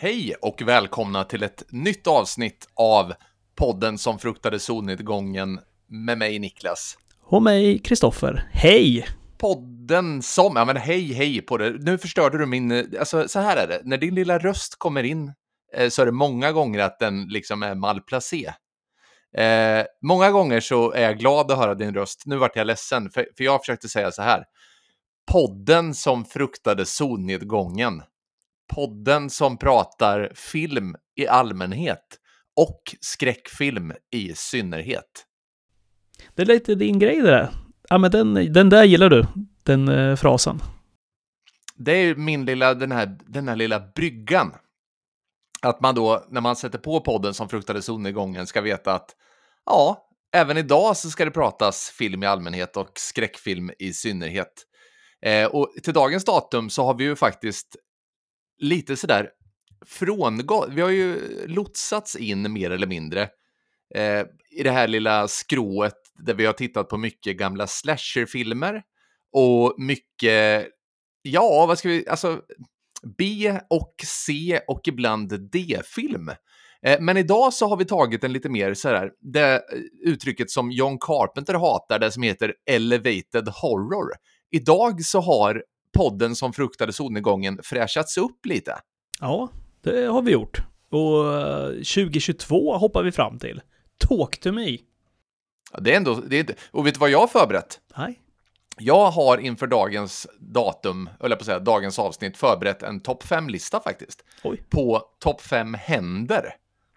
Hej och välkomna till ett nytt avsnitt av podden som fruktade solnedgången med mig Niklas. Och mig Kristoffer. Hej! Podden som, ja men hej på det. Nu förstörde du min, alltså så här är det. När din lilla röst kommer in så är det många gånger att den liksom är malplacé. Många gånger så är jag glad att höra din röst. Nu vart jag ledsen för jag försökte säga så här. Podden som fruktade solnedgången. Podden som pratar film i allmänhet och skräckfilm i synnerhet. Det är lite din grej det där. Ja, men den där gillar du, den frasen. Det är min lilla, den här lilla bryggan. Att man då, när man sätter på podden som fruktade solnedgången, ska veta att ja, även idag så ska det pratas film i allmänhet och skräckfilm i synnerhet. Och till dagens datum så har vi ju faktiskt lite sådär frångått. Vi har ju lotsats in mer eller mindre i det här lilla skrået där vi har tittat på mycket gamla slasherfilmer och mycket, ja, vad ska vi, alltså B och C och ibland D-film. Men idag så har vi tagit en lite mer sådär, det uttrycket som John Carpenter hatar, det som heter elevated horror. Idag så har podden som fruktade solnedgången fräschats upp lite. Ja, det har vi gjort. Och 2022 hoppar vi fram till. Talk to me. Ja, det är ändå, och vet du vad jag har förberett? Nej. Jag har inför dagens datum, eller på att säga dagens avsnitt, förberett en topp 5-lista faktiskt. Oj. På topp 5 händer.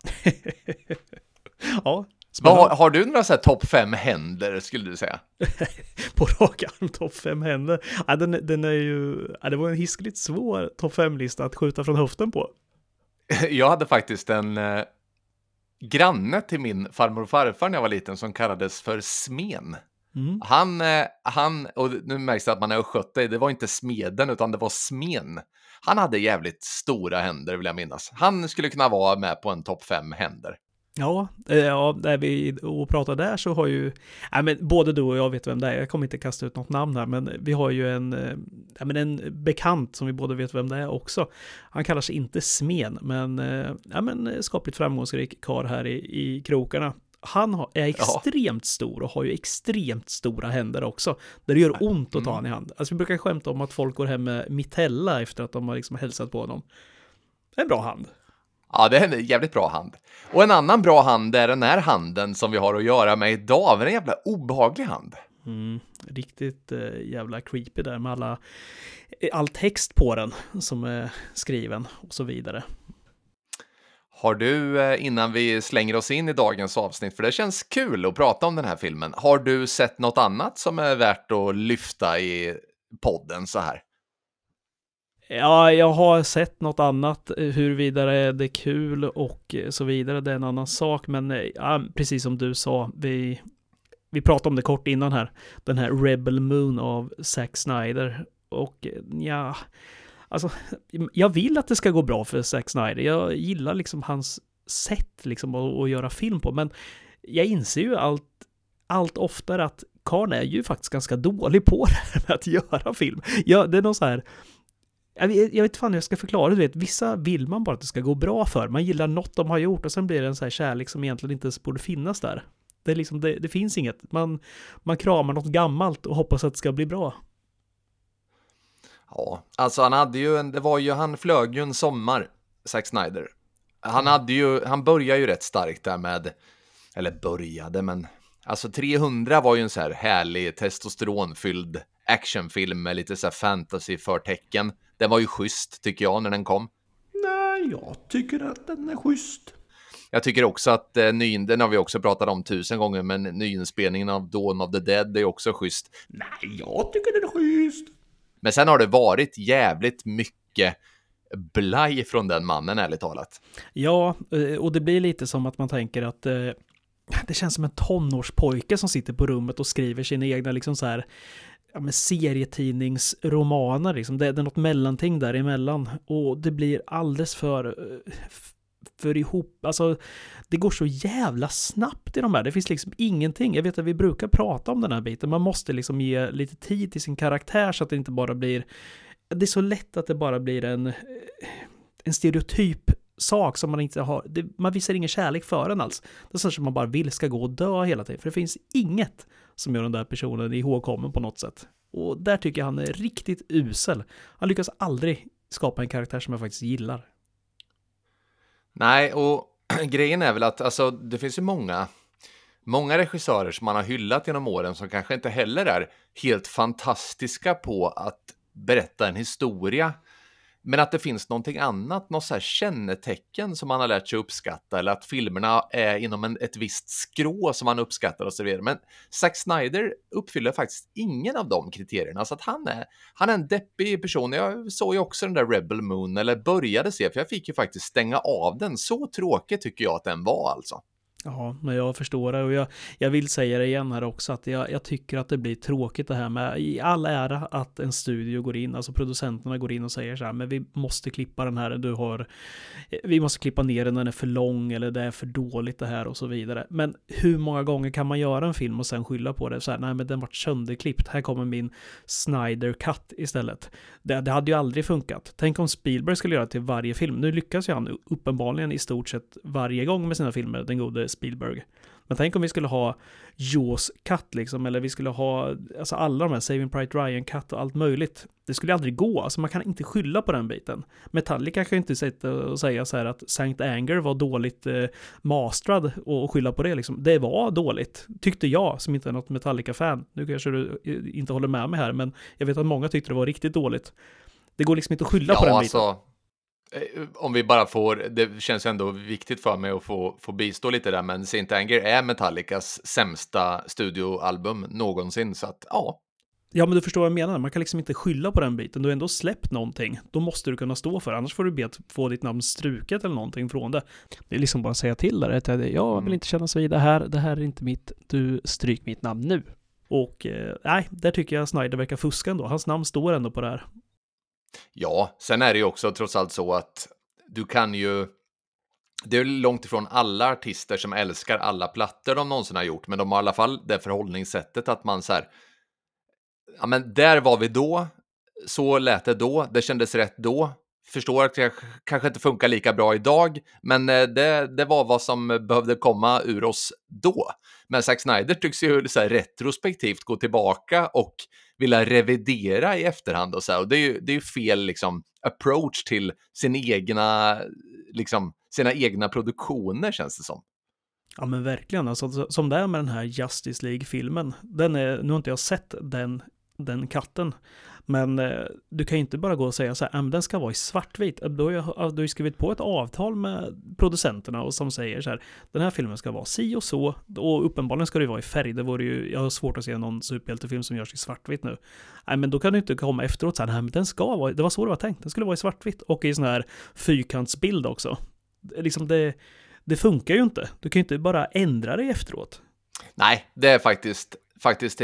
Ja. Har du några så här topp 5 händer, skulle du säga? På rak arm topp 5 händer. Ja, den är ju, ja, det var en hiskligt svår topp 5-lista att skjuta från höften på. Jag hade faktiskt en granne till min farmor och farfar när jag var liten som kallades för Smen. Mm. Han, och nu märks det att man har skött det var inte Smeden utan det var Smen. Han hade jävligt stora händer, vill jag minnas. Han skulle kunna vara med på en topp 5 händer. Ja, när vi pratar där så har ju, men både du och jag vet vem det är. Jag kommer inte kasta ut något namn här, men vi har ju en bekant som vi båda vet vem det är också. Han kallar sig inte Smen, men skapligt framgångsrik karl här i krokarna. Han är extremt stor och har ju extremt stora händer också. Där det gör ont att ta han i hand. Alltså vi brukar skämta om att folk går hem med mitella efter att de har liksom hälsat på honom. Det är en bra hand. Ja, det är en jävligt bra hand. Och en annan bra hand är den här handen som vi har att göra med idag. Men en jävla obehaglig hand. Riktigt jävla creepy där med all text på den som är skriven och så vidare. Har du, innan vi slänger oss in i dagens avsnitt, för det känns kul att prata om den här filmen, har du sett något annat som är värt att lyfta i podden så här? Ja, jag har sett något annat. Huruvida det är kul och så vidare, det är en annan sak. Men ja, precis som du sa, vi pratade om det kort innan här. Den här Rebel Moon av Zack Snyder. Och ja, alltså, jag vill att det ska gå bra för Zack Snyder. Jag gillar liksom hans sätt liksom att göra film på. Men jag inser ju allt oftare att Karn är ju faktiskt ganska dålig på det här med att göra film. Ja, det är någon så här... Jag vet fan hur jag ska förklara det. Du vet, vissa vill man bara att det ska gå bra för. Man gillar något de har gjort och sen blir det en så här kärlek som egentligen inte ens borde finnas där. Det är liksom, det finns inget. Man kramar något gammalt och hoppas att det ska bli bra. Ja, alltså han flög ju en sommar, Zack Snyder. Han började ju rätt starkt där med, eller började, men alltså 300 var ju en så här härlig testosteronfylld actionfilm med lite så här fantasy-förtecken. Den var ju schysst, tycker jag, när den kom. Nej, jag tycker att den är schysst. Jag tycker också att den har vi också pratat om 1000 gånger, men nyinspelningen av Dawn of the Dead är också schysst. Nej, jag tycker den är schysst. Men sen har det varit jävligt mycket blaj från den mannen, ärligt talat. Ja, och det blir lite som att man tänker att det känns som en tonårspojke som sitter på rummet och skriver sina egna liksom så här serietidningsromaner liksom. Det är något mellanting däremellan och det blir alldeles för ihop, alltså det går så jävla snabbt i de här, det finns liksom ingenting. Jag vet att vi brukar prata om den här biten, man måste liksom ge lite tid till sin karaktär så att det inte bara blir, det är så lätt att det bara blir en stereotyp sak som man inte har, man visar ingen kärlek för den alls. Det är så som man bara vill ska gå och dö hela tiden, för det finns inget som gör den där personen ihågkommen på något sätt. Och där tycker jag han är riktigt usel. Han lyckas aldrig skapa en karaktär som jag faktiskt gillar. Nej, och grejen är väl att alltså, det finns ju många regissörer som man har hyllat genom åren som kanske inte heller är helt fantastiska på att berätta en historia. Men att det finns någonting annat, något så här kännetecken som man har lärt sig uppskatta, eller att filmerna är inom ett visst skrå som man uppskattar och så vidare. Men Zack Snyder uppfyller faktiskt ingen av de kriterierna, så att han är en deppig person. Jag såg ju också den där Rebel Moon, eller började se, för jag fick ju faktiskt stänga av den. Så tråkigt tycker jag att den var alltså. Ja, men jag förstår det, och jag vill säga det igen här också, att jag tycker att det blir tråkigt det här med, i all ära att en studio går in, alltså producenterna går in och säger så här, men vi måste klippa den här, vi måste klippa ner den är för lång, eller det är för dåligt det här och så vidare. Men hur många gånger kan man göra en film och sen skylla på det? Så här, nej men den vart sönderklippt, här kommer min Snyder cut istället. Det hade ju aldrig funkat. Tänk om Spielberg skulle göra till varje film. Nu lyckas ju han uppenbarligen i stort sett varje gång med sina filmer, den gode Spielberg. Men tänk om vi skulle ha Jaws cut liksom, eller vi skulle ha alltså alla de här Saving Private Ryan cut och allt möjligt. Det skulle aldrig gå, alltså man kan inte skylla på den biten. Metallica kan ju inte sitta och säga så här att Sankt Anger var dåligt masterad och skylla på det liksom. Det var dåligt, tyckte jag som inte är något Metallica-fan. Nu kanske du inte håller med mig här, men jag vet att många tyckte det var riktigt dåligt. Det går liksom inte att skylla på den biten. Alltså, om vi bara får, det känns ändå viktigt för mig att få bistå lite där, men Saint Anger är Metallicas sämsta studioalbum någonsin, så att ja. Ja, men du förstår vad jag menar. Man kan liksom inte skylla på den biten. Du har ändå släppt någonting. Då måste du kunna stå för det. Annars får du be att få ditt namn struket eller någonting från det. Det är liksom bara att säga till där att jag vill inte kännas vid det här. Det här är inte mitt. Du stryk mitt namn nu. Och nej, där tycker jag Snyder verkar fuska ändå. Hans namn står ändå på det här. Ja, sen är det ju också trots allt så att du kan ju, det är långt ifrån alla artister som älskar alla plattor de någonsin har gjort, men de har i alla fall det förhållningssättet att man så här, ja men där var vi då, så lät det då, det kändes rätt då, förstår att det kanske inte funkar lika bra idag, men det var vad som behövde komma ur oss då. Men Zack Snyder tycks ju så här retrospektivt gå tillbaka och vilja revidera i efterhand och så här. Och det är ju fel liksom approach till sina egna produktioner, känns det som. Ja men verkligen, alltså, som det är med den här Justice League-filmen. Nu har inte jag sett den katten. Men du kan ju inte bara gå och säga så här, den ska vara i svartvit. Du har ju skrivit på ett avtal med producenterna och som säger så här, den här filmen ska vara si och så, och uppenbarligen ska det vara i färg. Det vore ju, jag har svårt att se någon superhjältefilm som görs i svartvitt nu. Nej, men då kan du inte komma efteråt så här, nej, men den ska vara, det var så det var tänkt, den skulle vara i svartvitt och i sån här fyrkantsbild också. Liksom det funkar ju inte. Du kan ju inte bara ändra det efteråt. Nej, det är faktiskt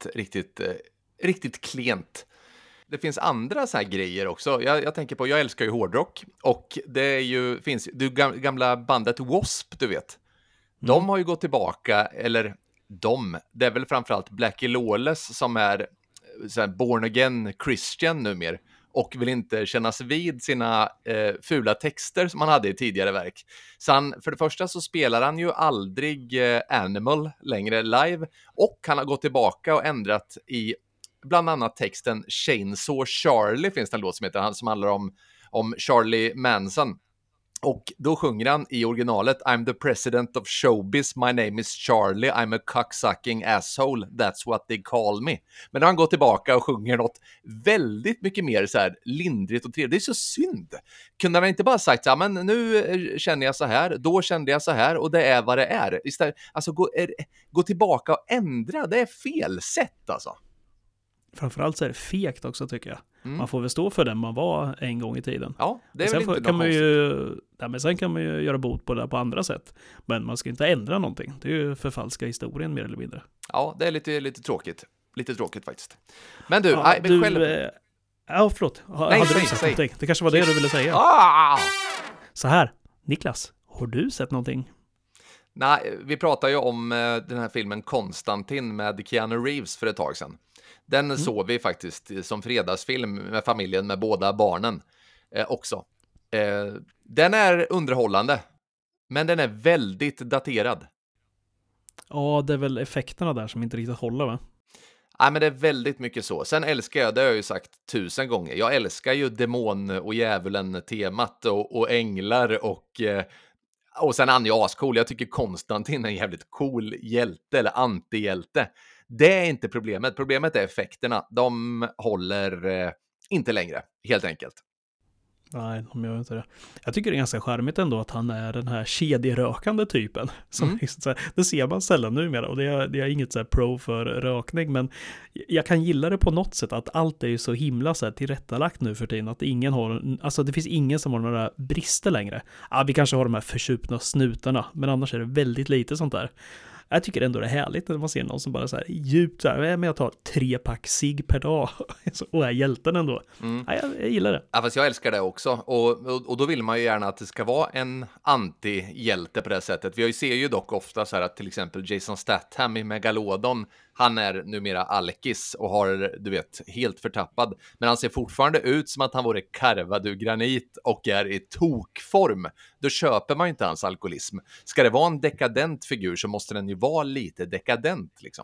riktigt klent. Det finns andra så här grejer också. Jag tänker på, jag älskar ju hårdrock, och finns det gamla bandet W.A.S.P., du vet. De har ju gått tillbaka, det är väl framförallt Blackie Lawless som är så här born again Christian numera och vill inte kännas vid sina fula texter som han hade i tidigare verk. Så för det första så spelar han ju aldrig Animal längre live, och han har gått tillbaka och ändrat i bland annat texten Chainsaw Charlie, finns det en låt som heter, som handlar om Charlie Manson. Och då sjunger han i originalet: I'm the president of showbiz, my name is Charlie, I'm a cocksucking asshole, that's what they call me. Men då har han gått tillbaka och sjunger något väldigt mycket mer så här lindrigt och trevligt. Det är så synd. Kunde han inte bara sagt så här, men nu känner jag så här, då kände jag så här, och det är vad det är. Istället, alltså gå tillbaka och ändra, det är fel sätt alltså. Framförallt så är det fegt också, tycker jag. Man får väl stå för den man var en gång i tiden. Ja, det är väl inte kan man ju, men sen kan man ju göra bot på det på andra sätt. Men man ska inte ändra någonting. Det är ju förfalska historien mer eller mindre. Ja, det är lite tråkigt. Lite tråkigt faktiskt. Men du, själv... Ja, förlåt. Hade du sett någonting? Det kanske var det du ville säga. Så här, Niklas, har du sett någonting? Nej, vi pratade ju om den här filmen Konstantin med Keanu Reeves för ett tag sedan. Den såg vi faktiskt som fredagsfilm med familjen, med båda barnen också. Den är underhållande, men den är väldigt daterad. Ja, det är väl effekterna där som inte riktigt håller, va? Nej, men det är väldigt mycket så. Sen älskar jag, det har jag ju sagt 1000 gånger, jag älskar ju demon- och djävulen-temat och änglar och sen han är ascool. Jag tycker Konstantin är en jävligt cool hjälte eller antihjälte. Det är inte problemet. Problemet är effekterna. De håller inte längre, helt enkelt. Nej, de gör inte det. Jag tycker det är ganska charmigt ändå att han är den här kedjerökande typen. Som liksom så här, det ser man sällan numera och det är inget så här pro för rökning, men jag kan gilla det på något sätt att allt är ju så himla så här tillrättalagt nu för tiden att ingen har, alltså det finns ingen som har några brister längre. Ja, vi kanske har de här försupna snutarna, men annars är det väldigt lite sånt där. Jag tycker ändå det är härligt när man ser någon som bara så här djupt så här, men jag tar 3 pack cigg per dag och är hjälten ändå. Ja, jag gillar det. Ja, fast jag älskar det också. Och då vill man ju gärna att det ska vara en anti-hjälte på det sättet. Ser ju dock ofta så här att till exempel Jason Statham i Megalodon, han är numera alkis och har, du vet, helt förtappad. Men han ser fortfarande ut som att han vore karvad ur granit och är i tokform. Då köper man ju inte hans alkoholism. Ska det vara en dekadent figur så måste den ju vara lite dekadent liksom.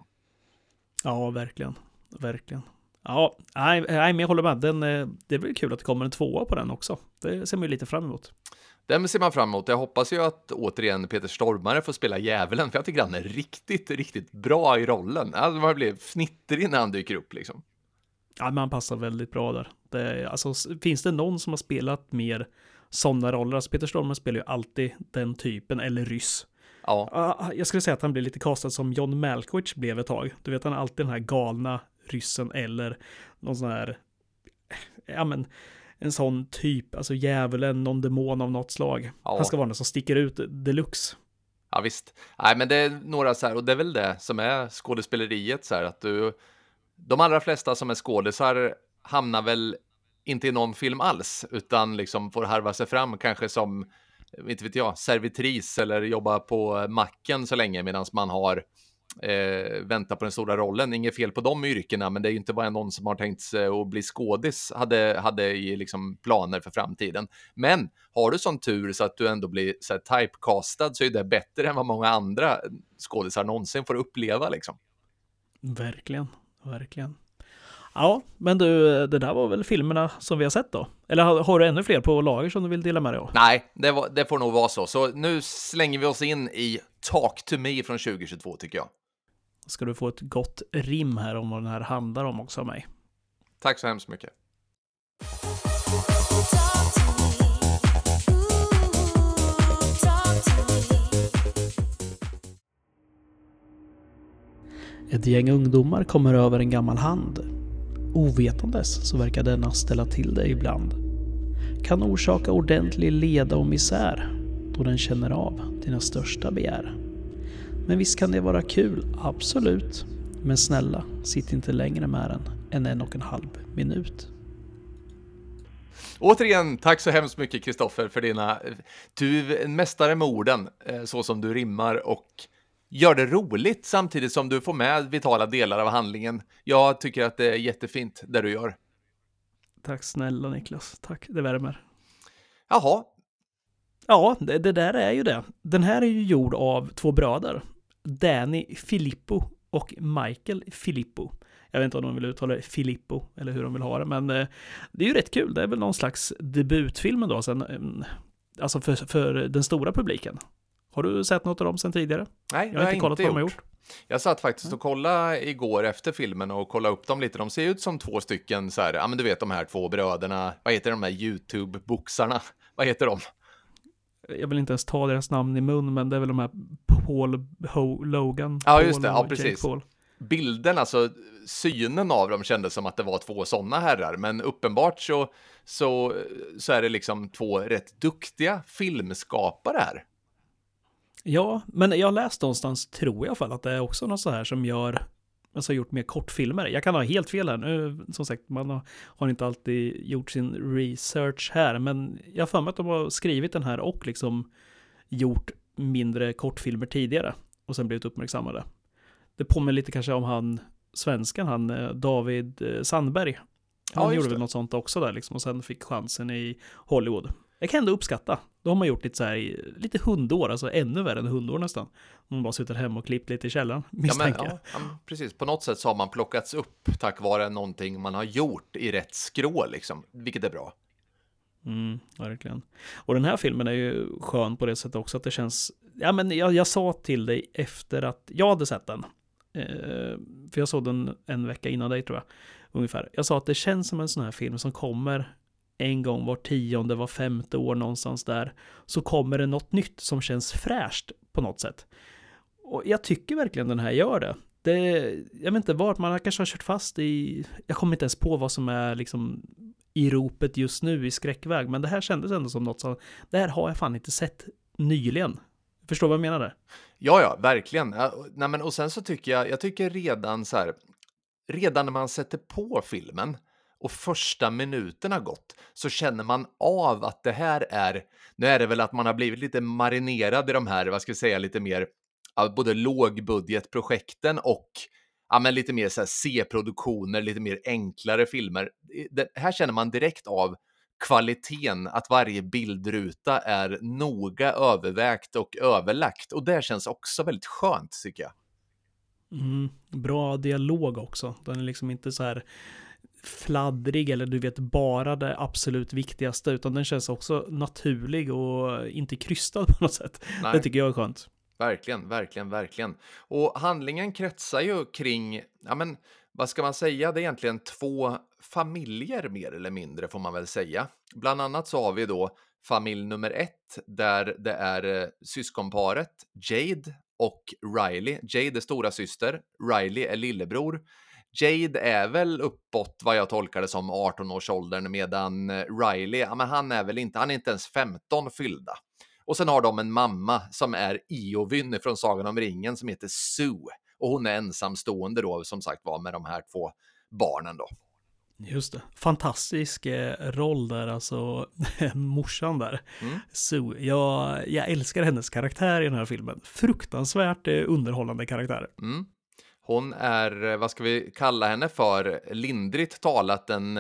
Ja, verkligen. Verkligen. Ja, nej, men jag håller med. Det är väl kul att det kommer en 2 på den också. Det ser man ju lite fram emot. Den ser man fram emot. Jag hoppas ju att återigen Peter Stormare får spela djävulen, för jag tycker han är riktigt, riktigt bra i rollen. Alltså man blir fnittrig när han dyker upp liksom. Ja, men han passar väldigt bra där. Alltså, finns det någon som har spelat mer sådana roller? Alltså Peter Stormare spelar ju alltid den typen, eller ryss. Ja. Jag skulle säga att han blir lite kastad som John Malkovich blev ett tag. Du vet, han är alltid den här galna ryssen eller någon sån här, ja men, en sån typ, alltså djävulen, någon demon av något slag. Ja. Han ska vara den som sticker ut deluxe. Ja visst. Nej, men det är några så här, och det är väl det som är skådespeleriet så här, att de allra flesta som är skådisar hamnar väl inte i någon film alls, utan liksom får harva sig fram kanske som, inte vet jag, servitris eller jobba på macken så länge medan man har vänta på den stora rollen. Inget fel på de yrkena, men det är ju inte bara någon som har tänkt sig att bli skådis hade i liksom planer för framtiden. Men har du sån tur så att du ändå blir så här typecastad, så är det bättre än vad många andra skådisar någonsin får uppleva liksom. Verkligen, verkligen. Ja, men du, det där var väl filmerna som vi har sett då? Eller har du ännu fler på lager som du vill dela med dig av? Nej, det får nog vara så. Så nu slänger vi oss in i Talk to Me från 2022 tycker jag. Ska du få ett gott rim här om vad den här handlar om också av mig. Tack så hemskt mycket. Ett gäng ungdomar kommer över en gammal hand. Ovetandes så verkar denna ställa till det ibland. Kan orsaka ordentlig leda och misär då den känner av dina största begär. Men visst kan det vara kul, absolut. Men snälla, sitt inte längre med den än 1,5 minut. Återigen, tack så hemskt mycket Kristoffer för du är en mästare med orden, så som du rimmar och gör det roligt samtidigt som du får med vitala delar av handlingen. Jag tycker att det är jättefint det du gör. Tack snälla Niklas, tack, det värmer. Jaha. Ja, det där är ju det. Den här är ju gjord av 2 bröder. Danny Filippo och Michael Filippo. Jag vet inte om de vill uttala det Filippo eller hur de vill ha det, men det är ju rätt kul. Det är väl någon slags debutfilm då sen, alltså för den stora publiken. Har du sett något av dem sen tidigare? Nej, jag har inte kollat vad de har gjort. Jag satt faktiskt och kollade igår efter filmen och kollade upp dem lite. De ser ut som 2 stycken så här, ja men du vet de här 2 bröderna. Vad heter de här YouTube-boxarna? Vad heter de? Jag vill inte ens ta deras namn i mun, men det är väl de här Paul Logan. Ja, just det. Ja, precis. Paul. Bilden, alltså synen av dem kändes som att det var 2 sådana herrar. Men uppenbart så är det liksom 2 rätt duktiga filmskapare här. Ja, men jag har läst någonstans, tror jag i alla fall, att det är också något så här som har gjort mer kortfilmer. Jag kan ha helt fel här nu, som sagt, man har inte alltid gjort sin research här, men jag har för mig att de har skrivit den här och liksom gjort mindre kortfilmer tidigare och sen blivit uppmärksammade. Det påminner lite kanske om svenskan, David Sandberg. Han gjorde väl något sånt också där liksom, och sen fick chansen i Hollywood. jag kan ändå uppskatta. Då har man gjort lite så här, lite hundår, alltså ännu värre än hundår nästan. Man bara sitter hemma och klippt lite i källaren, misstänker jag. Ja, precis. På något sätt så har man plockats upp tack vare någonting man har gjort i rätt skrå, liksom, vilket är bra. Verkligen. Och den här filmen är ju skön på det sättet också att det känns, ja men jag sa till dig efter att jag hade sett den, för jag såg den en vecka innan dig tror jag, ungefär. Jag sa att det känns som en sån här film som kommer en gång var 10:e, var 5:e år någonstans där, så kommer det något nytt som känns fräscht på något sätt. Och jag tycker verkligen den här gör det. Jag vet inte vart man kanske har kört fast i, jag kommer inte ens på vad som är liksom i ropet just nu i skräckväg, men det här kändes ändå som något som, det här har jag fan inte sett nyligen. Förstår vad jag menar där? Ja, verkligen. Nej, men, och sen så tycker jag tycker redan så här, redan när man sätter på filmen och första minuterna gått, så känner man av att det här är, nu är det väl att man har blivit lite marinerad i de här, vad ska vi säga, lite mer både lågbudgetprojekten och men lite mer så här C-produktioner, lite mer enklare filmer. Här känner man direkt av kvaliteten, att varje bildruta är noga övervägt och överlagt, och det känns också väldigt skönt tycker jag. Bra dialog också. Den är liksom inte så här fladdrig eller du vet bara det absolut viktigaste, utan den känns också naturlig och inte krystad på något sätt. Nej. Det tycker jag är skönt. Verkligen. Och handlingen kretsar ju kring, vad ska man säga, det är egentligen 2 familjer mer eller mindre får man väl säga. Bland annat så har vi då familj nummer 1 där det är syskonparet Jade och Riley. Jade är stora syster, Riley är lillebror. Jade är väl uppåt vad jag tolkar det som 18-årsåldern, medan Riley, han är inte ens 15 fyllda. Och sen har de en mamma som är Iovyn från Sagan om ringen som heter Sue. Och hon är ensamstående då, som sagt var, med de här 2 barnen då. Just det. Fantastisk roll där, alltså morsan där. Sue. Jag älskar hennes karaktär i den här filmen. Fruktansvärt underhållande karaktär. Hon är, vad ska vi kalla henne för, lindrigt talat en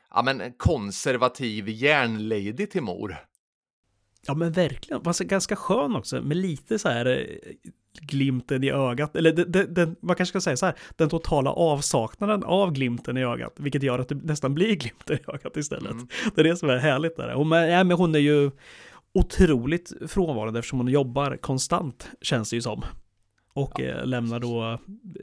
konservativ järnlady till mor. Ja men verkligen, var ganska skön också, med lite så här glimten i ögat, eller man kanske ska säga så här, den totala avsaknaden av glimten i ögat, vilket gör att det nästan blir glimten i ögat istället. Det är det som är härligt där. Men hon är ju otroligt frånvarande eftersom hon jobbar konstant, känns det ju som. Och lämnar då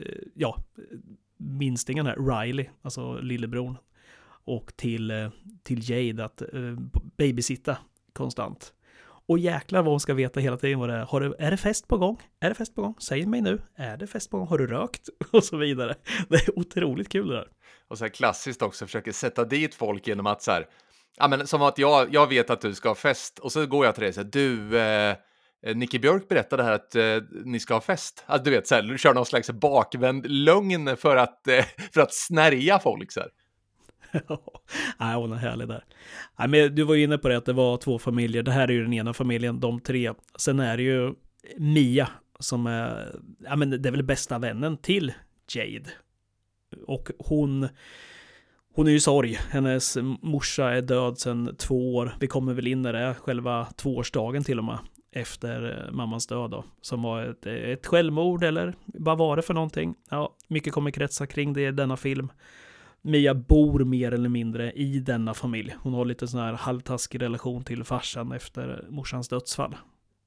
minstingen här, Riley, alltså lillebror, och till Jade att babysitta konstant. Och jäklar vad hon ska veta hela tiden vad det är. Är det fest på gång? Är det fest på gång? Säg mig nu. Är det fest på gång? Har du rökt? Och så vidare. Det är otroligt kul det där. Och så här klassiskt också, försöker sätta dit folk genom att så här, som att jag vet att du ska ha fest. Och så går jag till dig och säger, Nicky Björk berättade här att ni ska ha fest. Alltså, du vet, så här, du kör någon slags bakvänd lögn för att snärja folk så här. Nej, hon är härlig där. Nej, men du var ju inne på det att det var 2 familjer. Det här är ju den ena familjen, de 3. Sen är det ju Mia som är, det är väl bästa vännen till Jade. Och hon är ju sorg. Hennes morsa är död sedan 2 år. Vi kommer väl in när det är själva 2-årsdagen till och med efter mammans död då. Som var ett självmord eller vad var det för någonting? Ja, mycket kommer kretsa kring det i denna film. Mia bor mer eller mindre i denna familj. Hon har lite sån här halvtaskig relation till farsan efter morsans dödsfall.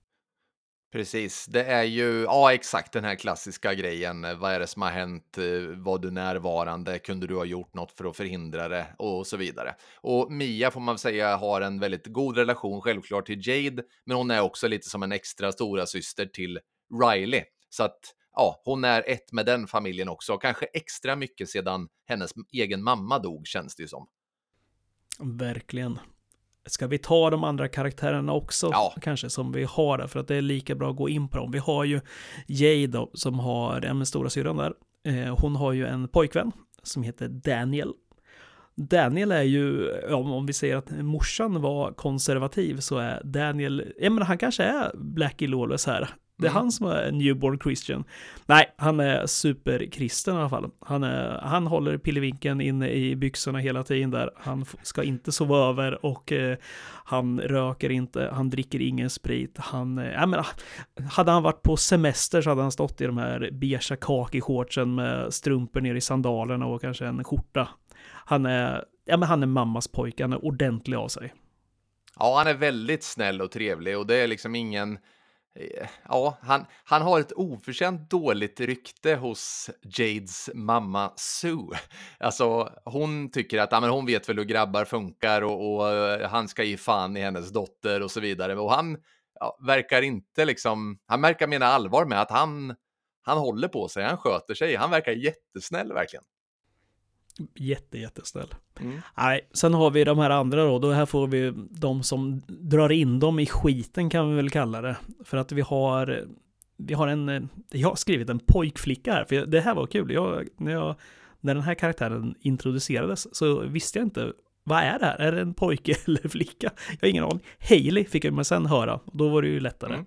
Precis, det är ju exakt den här klassiska grejen. Vad är det som har hänt? Var du närvarande? Kunde du ha gjort något för att förhindra det? Och så vidare. Och Mia får man säga har en väldigt god relation självklart till Jade. Men hon är också lite som en extra stora syster till Riley. Så att hon är ett med den familjen också. Kanske extra mycket sedan hennes egen mamma dog, känns det ju som. Verkligen. Ska vi ta de andra karaktärerna också? Kanske som vi har där, för att det är lika bra att gå in på dem. Vi har ju Jade då, som har en stora syrran där. Hon har ju en pojkvän som heter Daniel. Daniel är ju, om vi säger att morsan var konservativ, så är Daniel, han kanske är Blackie Lawless här. Det är han som är newborn Christian. Nej, han är superkristen i alla fall. Han håller pillevinken inne i byxorna hela tiden där. Han ska inte sova över och han röker inte, han dricker ingen sprit. Hade han varit på semester så hade han stått i de här beige kaki-shortsen med strumpor ner i sandalerna och kanske en skjorta. Han är mammas pojke, han är ordentlig av sig. Ja, han är väldigt snäll och trevlig och det är liksom ingen... Ja, han har ett oförtjänt dåligt rykte hos Jades mamma Sue. Alltså, hon tycker att men hon vet väl hur grabbar funkar och han ska ge fan i hennes dotter och så vidare. Och han verkar inte liksom... Han verkar mena allvar med att han håller på sig, han sköter sig. Han verkar jättesnäll verkligen. Jättesnäll. Nej, sen har vi de här andra då här får vi de som drar in dem i skiten kan vi väl kalla det. För att vi har jag har skrivit en pojkflicka här, för det här var kul. När den här karaktären introducerades så visste jag inte, vad är det här? Är det en pojke eller flicka? Jag har ingen aning. Hailey fick jag sen höra, och då var det ju lättare.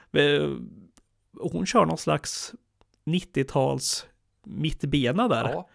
Hon kör någon slags 90-tals mittbena där. Ja.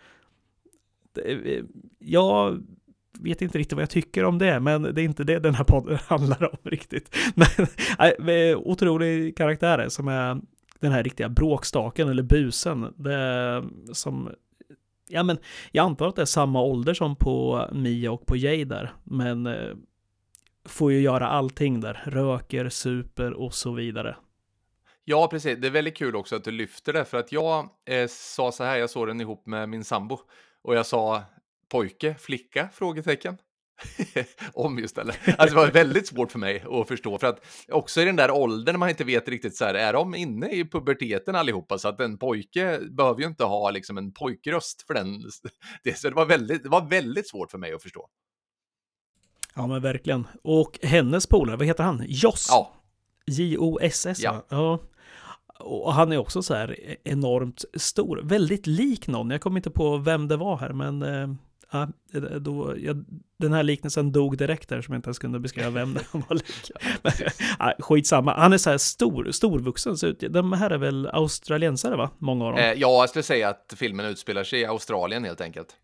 Jag vet inte riktigt vad jag tycker om det, men det är inte det den här podden handlar om riktigt. Men otrolig karaktärer som är den här riktiga bråkstaken eller busen. Det som, jag antar att det är samma ålder som på Mia och på Jade där, men får ju göra allting där. Röker, super och så vidare. Ja, precis. Det är väldigt kul också att du lyfter det, för att jag sa så här, jag såg den ihop med min sambo. Och jag sa pojke, flicka, frågetecken. Om just eller. Alltså det var väldigt svårt för mig att förstå. För att också i den där åldern man inte vet riktigt så här, är de inne i puberteten allihopa? Så att en pojke behöver ju inte ha liksom en pojkröst för den. Så det var väldigt svårt för mig att förstå. Ja, men verkligen. Och hennes polare, vad heter han? Joss. Ja. J-O-S-S. Ja. Och han är också så här enormt stor. Väldigt lik någon. Jag kommer inte på vem det var här, men den här liknelsen dog direkt där som jag inte ens kunde beskriva vem det var lik. Skitsamma. Han är så här storvuxen. Så de här är väl australiensare, va? Många av dem. Ja, jag skulle säga att filmen utspelar sig i Australien helt enkelt.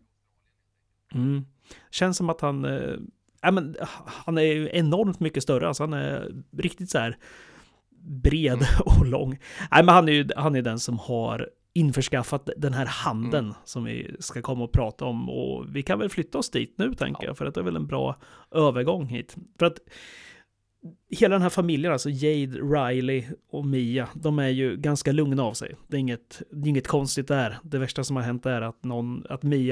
Känns som att han är ju enormt mycket större. Alltså han är riktigt så här bred och lång. Nej, men han är den som har införskaffat den här handeln som vi ska komma och prata om, och vi kan väl flytta oss dit nu, tänker jag, för att det är väl en bra övergång hit. För att hela den här familjen, alltså Jade, Riley och Mia, de är ju ganska lugna av sig. Det är inget konstigt där. Det värsta som har hänt är att Mia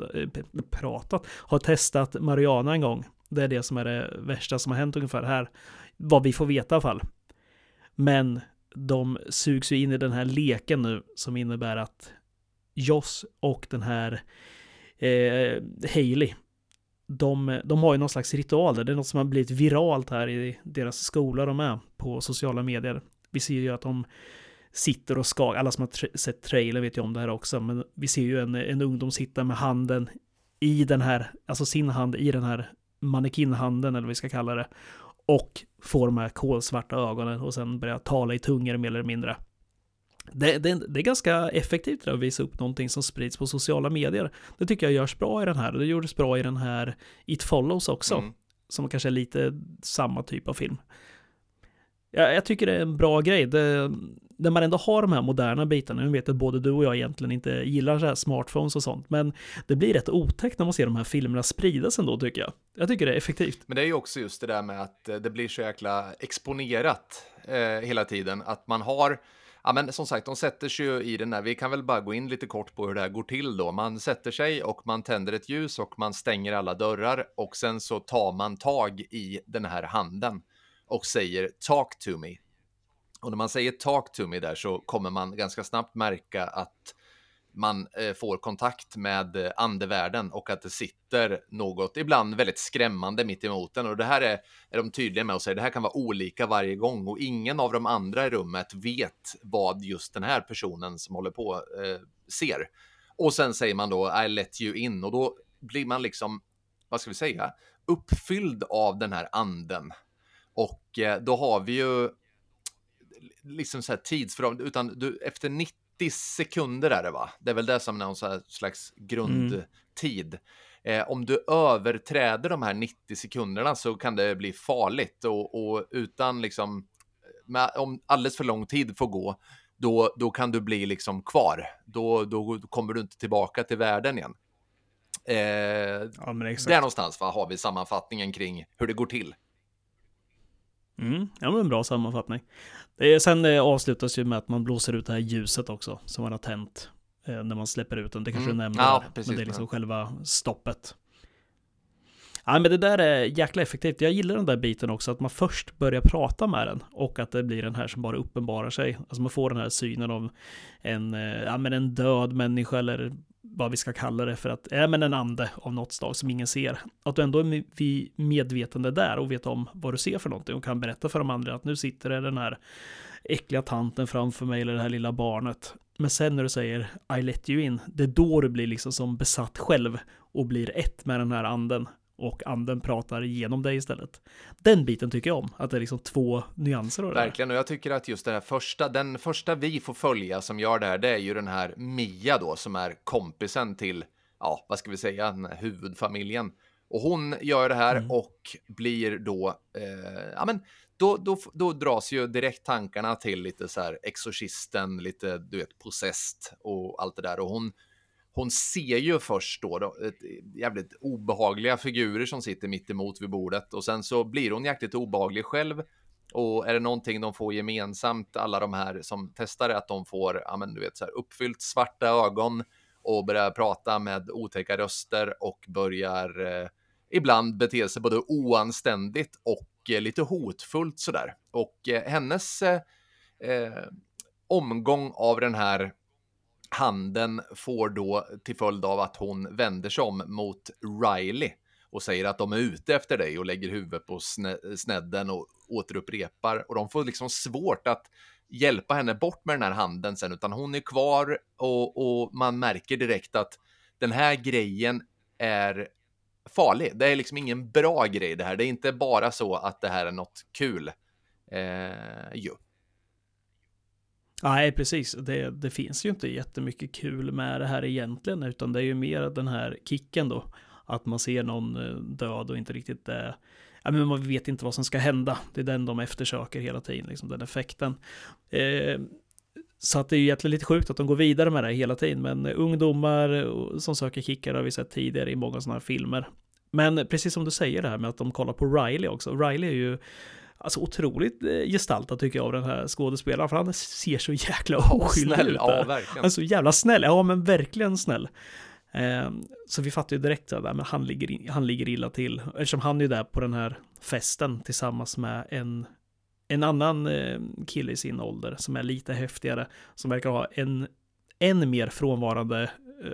har testat marijuana en gång. Det är det som är det värsta som har hänt ungefär här. Vad vi får veta i alla fall. Men de sugs ju in i den här leken nu som innebär att Joss och den här Hailey, de har ju någon slags ritual där. Det är något som har blivit viralt här i deras skola de är på sociala medier. Vi ser ju att de sitter och skakar. Alla som har sett trailer vet ju om det här också, men vi ser ju en ungdom sitta med handen i den här, alltså sin hand i den här mannekinhanden eller vad vi ska kalla det, och får de här kolsvarta ögonen och sen börjar tala i tungor mer eller mindre. Det är ganska effektivt att visa upp någonting som sprids på sociala medier. Det tycker jag görs bra i den här. Det gjordes bra i den här It Follows också, som kanske är lite samma typ av film. Jag tycker det är en bra grej. När man ändå har de här moderna bitarna, nu vet att både du och jag egentligen inte gillar så här smartphones och sånt, men det blir rätt otäckt när man ser de här filmerna spridas ändå, tycker jag. Jag tycker det är effektivt. Men det är ju också just det där med att det blir så jäkla exponerat hela tiden, att man har, ja men som sagt, de sätter sig ju i den där, vi kan väl bara gå in lite kort på hur det här går till då. Man sätter sig och man tänder ett ljus och man stänger alla dörrar och sen så tar man tag i den här handen och säger talk to me. Och när man säger talk to me där så kommer man ganska snabbt märka att man får kontakt med andevärlden och att det sitter något ibland väldigt skrämmande mitt emot den. Och det här är de tydliga med att säga, det här kan vara olika varje gång och ingen av de andra i rummet vet vad just den här personen som håller på ser. Och sen säger man då I let you in, och då blir man liksom, vad ska vi säga, uppfylld av den här anden. Och då har vi ju liksom så här tidsförhållande, utan du efter 90 sekunder är det, va? Det är väl det som är någon så här slags grundtid. Om du överträder de här 90 sekunderna så kan det bli farligt, och utan liksom, om alldeles för lång tid får gå, då kan du bli liksom kvar. Då kommer du inte tillbaka till världen igen. Ja, men exakt. Där någonstans, va, har vi sammanfattningen kring hur det går till. Ja, men en bra sammanfattning. Sen avslutas ju med att man blåser ut det här ljuset också, som man har tänt när man släpper ut den. Det kanske du nämnde där, precis, men det är liksom själva stoppet. Ja, men det där är jäkla effektivt. Jag gillar den där biten också, att man först börjar prata med den och att det blir den här som bara uppenbarar sig. Alltså man får den här synen av en död människa, eller vad vi ska kalla det för, att men en ande av något slag som ingen ser. Att du ändå är vid medvetande där och vet om vad du ser för någonting och kan berätta för de andra att nu sitter det den här äckliga tanten framför mig, eller det här lilla barnet. Men sen när du säger I let you in, det är då du blir liksom som besatt själv och blir ett med den här anden. Och anden pratar igenom dig istället. Den biten tycker jag om. Att det är liksom två nyanser av det. Verkligen, och jag tycker att just det här den första vi får följa som gör det här, det är ju den här Mia då, som är kompisen till, ja, vad ska vi säga, den här huvudfamiljen. Och hon gör det här och blir då, då dras ju direkt tankarna till lite så här Exorcisten, lite, du vet, possessed och allt det där. Och hon ser ju först då ett jävligt obehagliga figurer som sitter mitt emot vid bordet. Och sen så blir hon jäkligt obehaglig själv. Och är det någonting de får gemensamt, alla de här som testar, är att de får, ja men du vet, så här uppfyllt svarta ögon och börjar prata med otäcka röster och börjar ibland bete sig både oanständigt och lite hotfullt sådär. Och hennes omgång av den här handen får då till följd av att hon vänder sig om mot Riley och säger att de är ute efter dig och lägger huvudet på snedden och återupprepar. Och de får liksom svårt att hjälpa henne bort med den här handen sen, utan hon är kvar, och man märker direkt att den här grejen är farlig. Det är liksom ingen bra grej det här. Det är inte bara så att det här är något kul. Nej, precis. Det finns ju inte jättemycket kul med det här egentligen, utan det är ju mer den här kicken då. Att man ser någon död och inte riktigt men man vet inte vad som ska hända. Det är den de eftersöker hela tiden, liksom, den effekten. Så att det är ju egentligen lite sjukt att de går vidare med det hela tiden. Men ungdomar som söker kickar har vi sett tidigare i många sådana här filmer. Men precis som du säger det här med att de kollar på Riley också. Riley är ju alltså otroligt gestaltad tycker jag av den här skådespelaren, för han ser så jäkla oskyldig ut. Ja, verkligen. Han är så jävla snäll. Ja, men verkligen snäll. Så vi fattar ju direkt att han ligger illa till. Eftersom han är där på den här festen tillsammans med en annan kille i sin ålder som är lite häftigare, som verkar ha en mer frånvarande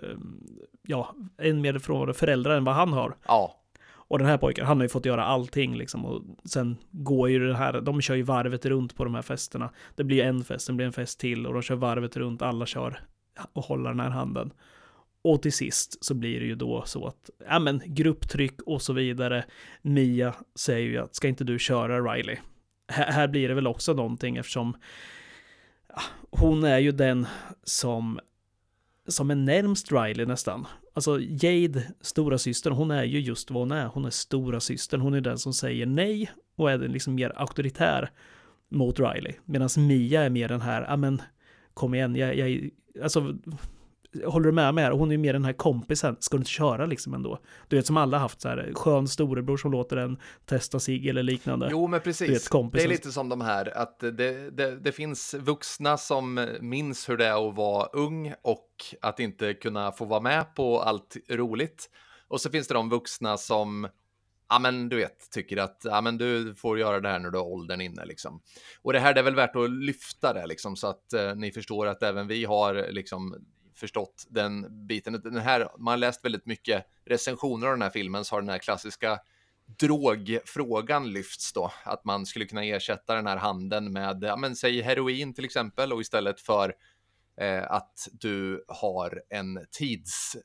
föräldrar än vad han har. Ja. Och den här pojken, han har ju fått göra allting liksom, och sen går ju det här, de kör ju varvet runt på de här festerna. Det blir en fest, sen blir en fest till och de kör varvet runt, alla kör och håller den här handen. Och till sist så blir det ju då så att, grupptryck och så vidare. Mia säger ju att, ska inte du köra Riley? Här blir det väl också någonting, eftersom hon är ju den som är närmst Riley nästan. Alltså Jade, stora systern, hon är ju just vad hon är. Hon är stora systern. Hon är den som säger nej och är den liksom mer auktoritär mot Riley. Medan Mia är mer den här, kom igen, håller du med mig här? Hon är ju mer den här kompisen. Ska du inte köra liksom ändå? Du vet, som alla haft så här skön storebror som låter en testa sig eller liknande. Jo, men precis. Vet, det är lite som de här, att det finns vuxna som minns hur det är att vara ung och att inte kunna få vara med på allt roligt. Och så finns det de vuxna som du vet, tycker att du får göra det här när du har åldern inne liksom. Och det här är väl värt att lyfta det liksom, så att ni förstår att även vi har liksom förstått den biten. Den här, man har läst väldigt mycket recensioner av den här filmen, så har den här klassiska drogfrågan lyfts då, att man skulle kunna ersätta den här handeln med, säg heroin till exempel, och istället för att du har en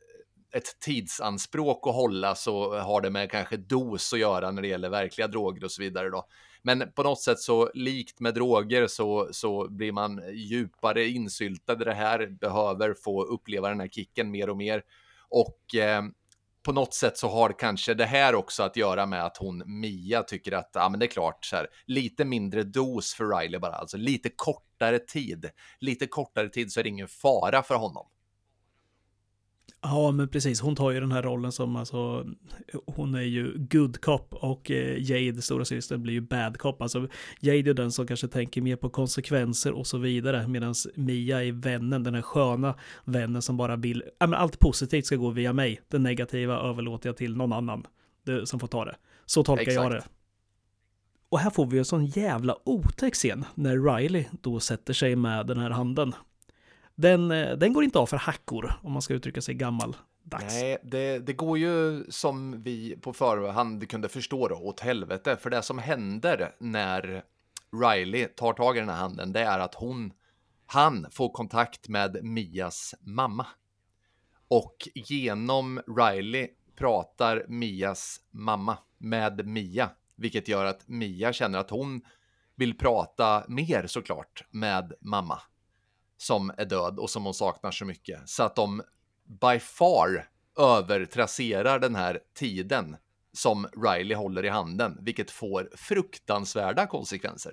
ett tidsanspråk att hålla, så har det med kanske dos att göra när det gäller verkliga droger och så vidare då. Men på något sätt så likt med droger så blir man djupare insyltad i det här, behöver få uppleva den här kicken mer och mer. Och på något sätt så har kanske det här också att göra med att Mia tycker att men det är klart, så här, lite mindre dos för Riley bara, alltså lite kortare tid så är det ingen fara för honom. Ja, men precis. Hon tar ju den här rollen som, alltså, hon är ju good cop och Jade, stora syster, blir ju bad cop. Alltså, Jade är den som kanske tänker mer på konsekvenser och så vidare, medan Mia är vännen, den här sköna vännen som bara vill, allt positivt ska gå via mig. Det negativa överlåter jag till någon annan som får ta det. Så tolkar jag det. Och här får vi en sån jävla otäck scen när Riley då sätter sig med den här handen. Den går inte av för hackor, om man ska uttrycka sig gammaldags. Nej, det går ju som vi på förhand kunde förstå då, åt helvete. För det som händer när Riley tar tag i den här handen, det är att han får kontakt med Mias mamma. Och genom Riley pratar Mias mamma med Mia, vilket gör att Mia känner att hon vill prata mer, såklart, med mamma som är död och som hon saknar så mycket. Så att de by far övertrasserar den här tiden som Riley håller i handen, vilket får fruktansvärda konsekvenser.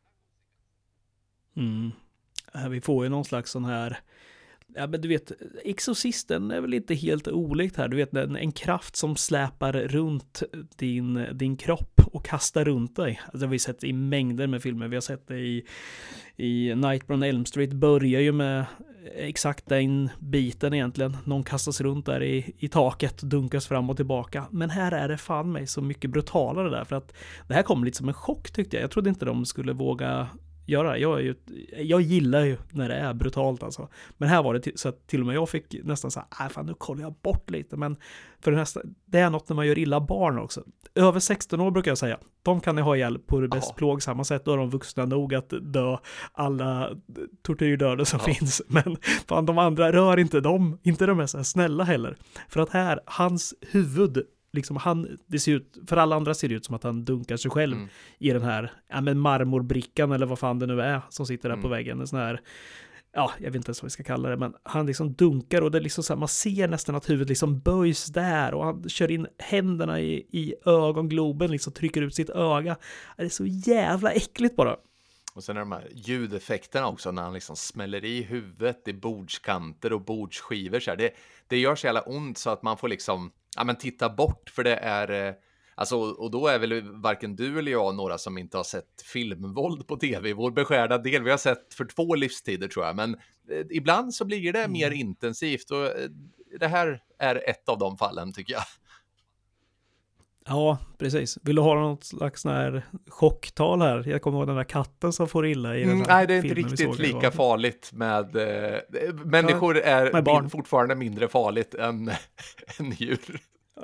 Vi får ju någon slags sån här, men du vet, exorcisten är väl inte helt olikt här. Du vet, en kraft som släpar runt din kropp och kastar runt dig. Alltså, det har vi sett i mängder med filmer. Vi har sett det i Nightmare on Elm Street, börjar ju med exakt den biten egentligen. Någon kastas runt där i taket, dunkas fram och tillbaka. Men här är det fan mig så mycket brutalare där, för att det här kom lite som en chock, tyckte jag. Jag trodde inte de skulle våga göra. Jag gillar ju när det är brutalt, alltså. Men här var det så att till och med jag fick nästan så här, fan, nu kollar jag bort lite. Men för det är något när man gör illa barn också. Över 16 år brukar jag säga. De kan ni ha ihjäl på det bäst plågsamma sätt. Då är de vuxna nog att dö alla tortyrdöder som finns. Men fan, de andra rör inte dem. Inte de är så här snälla heller. För att här, hans huvud, liksom det ser ut, för alla andra ser det ut som att han dunkar sig själv i den här marmorbrickan eller vad fan det nu är som sitter där på väggen. En sån här, jag vet inte ens vad vi ska kalla det, men han liksom dunkar och det är liksom så här, man ser nästan att huvudet liksom böjs där och han kör in händerna i ögongloben, liksom trycker ut sitt öga. Det är så jävla äckligt bara. Och sen är de här ljudeffekterna också, när han liksom smäller i huvudet i bordskanter och bordsskivor så här. Det gör så jävla ont så att man får liksom titta bort, för det är alltså, och då är väl varken du eller jag några som inte har sett filmvåld på tv i vår beskärda del. Vi har sett för 2 livstider, tror jag, men ibland så blir det mer intensivt, och det här är ett av de fallen, tycker jag. Ja, precis. Vill du ha något slags här chocktal här? Jag kommer ihåg den där katten som får illa i den här nej, det är inte riktigt lika farligt med människor är fortfarande mindre farligt än djur.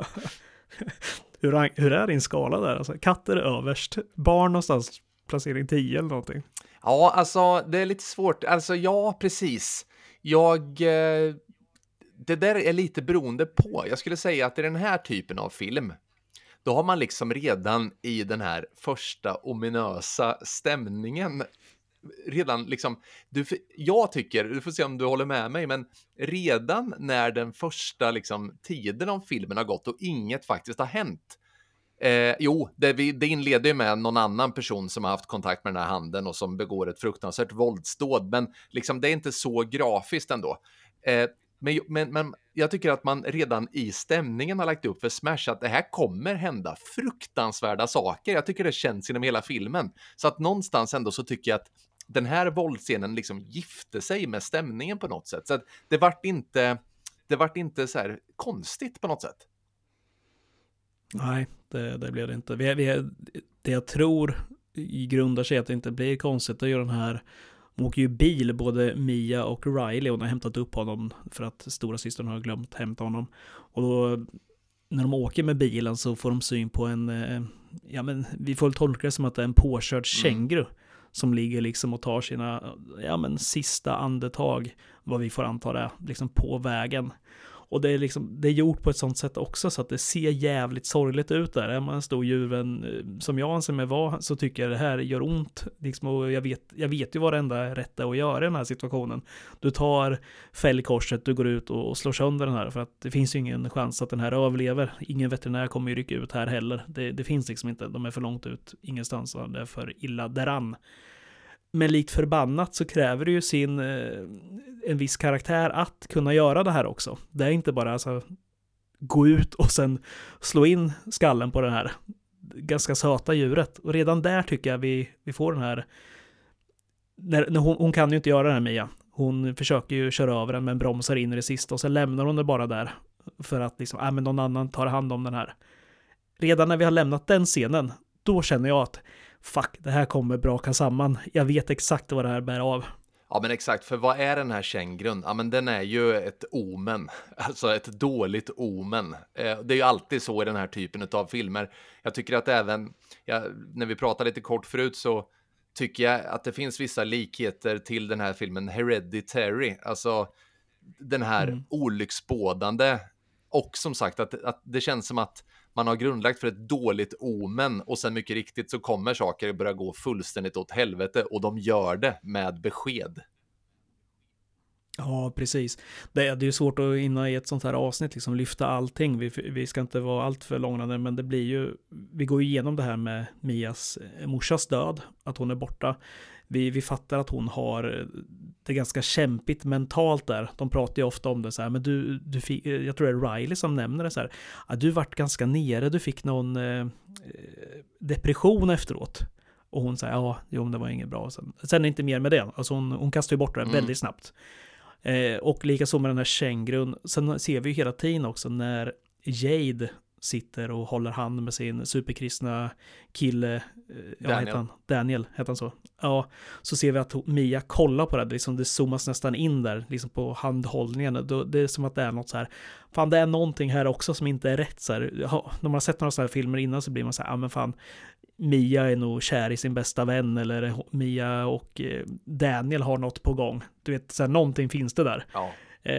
Hur är din skala där? Alltså, katter är överst. Barn någonstans placering 10 eller någonting. Ja, alltså det är lite svårt. Alltså ja, precis. Det där är lite beroende på. Jag skulle säga att i den här typen av film, då har man liksom redan i den här första ominösa stämningen redan liksom, jag tycker, du får se om du håller med mig, men redan när den första liksom tiden av filmen har gått och inget faktiskt har hänt. Det inleder ju med någon annan person som har haft kontakt med den här handen och som begår ett fruktansvärt våldsdåd, men liksom det är inte så grafiskt ändå. Men jag tycker att man redan i stämningen har lagt upp för Smash att det här kommer hända fruktansvärda saker. Jag tycker det känns genom hela filmen. Så att någonstans ändå så tycker jag att den här våldsscenen liksom gifte sig med stämningen på något sätt. Så att det vart inte så här konstigt på något sätt. Nej, det blev det inte. Det jag tror i grundar sig att det inte blir konstigt att göra den här. De åker ju bil, både Mia och Riley, och de har hämtat upp honom för att stora systern har glömt hämta honom. Och då, när de åker med bilen så får de syn på vi får tolka det som att det är en påkörd känguru som ligger liksom och tar sina sista andetag, vad vi får anta det, liksom på vägen. Och det är liksom, det är gjort på ett sånt sätt också så att det ser jävligt sorgligt ut där. Är man en stor djurvän som jag anser mig vara, så tycker jag det här gör ont. Liksom, och jag vet ju vad det enda rätta är att göra i den här situationen. Du tar fällkorset, du går ut och slår sönder den här, för att det finns ju ingen chans att den här överlever. Ingen veterinär kommer ju rycka ut här heller. Det finns liksom inte, de är för långt ut ingenstans och det är för illa däran. Men likt förbannat så kräver det ju en viss karaktär att kunna göra det här också. Det är inte bara alltså, gå ut och sen slå in skallen på den här ganska söta djuret. Och redan där tycker jag vi får den här... När hon kan ju inte göra det här, Mia. Hon försöker ju köra över den men bromsar in i det sista och sen lämnar hon det bara där. För att liksom, men någon annan tar hand om den här. Redan när vi har lämnat den scenen, då känner jag att fuck, det här kommer braka samman. Jag vet exakt vad det här bär av. Ja, men exakt. För vad är den här kängrun? Ja, men den är ju ett omen. Alltså ett dåligt omen. Det är ju alltid så i den här typen av filmer. Jag tycker att även, när vi pratade lite kort förut, så tycker jag att det finns vissa likheter till den här filmen Hereditary. Alltså den här olycksbådande. Och som sagt att det känns som att man har grundlagt för ett dåligt omen och sen mycket riktigt så kommer saker börja gå fullständigt åt helvete och de gör det med besked. Ja, precis. Det är ju svårt att innan i ett sånt här avsnitt liksom lyfta allting. Vi ska inte vara allt för långrandiga, men det blir ju, vi går igenom det här med Mias morsas död, att hon är borta. Vi fattar att hon har det ganska kämpigt mentalt där. De pratar ju ofta om det så här, men du fick, jag tror det är Riley som nämner det så här, att du vart ganska nere, du fick någon depression efteråt. Och hon säger, det var inget bra. Sen är det inte mer med det. Alltså hon kastar ju bort det väldigt snabbt. Och likaså med den här kängrun. Sen ser vi ju hela tiden också när Jade sitter och håller hand med sin superkristna kille. Daniel heter han så. Ja, så ser vi att Mia kollar på det. Liksom det zoomas nästan in där, liksom på handhållningen. Det är som att det är något så här. Fan, det är någonting här också som inte är rätt. Så här. När man har sett några sådana här filmer innan så blir man så här, men fan, Mia är nog kär i sin bästa vän, eller Mia och Daniel har något på gång. Du vet, så här, någonting finns det där. Ja.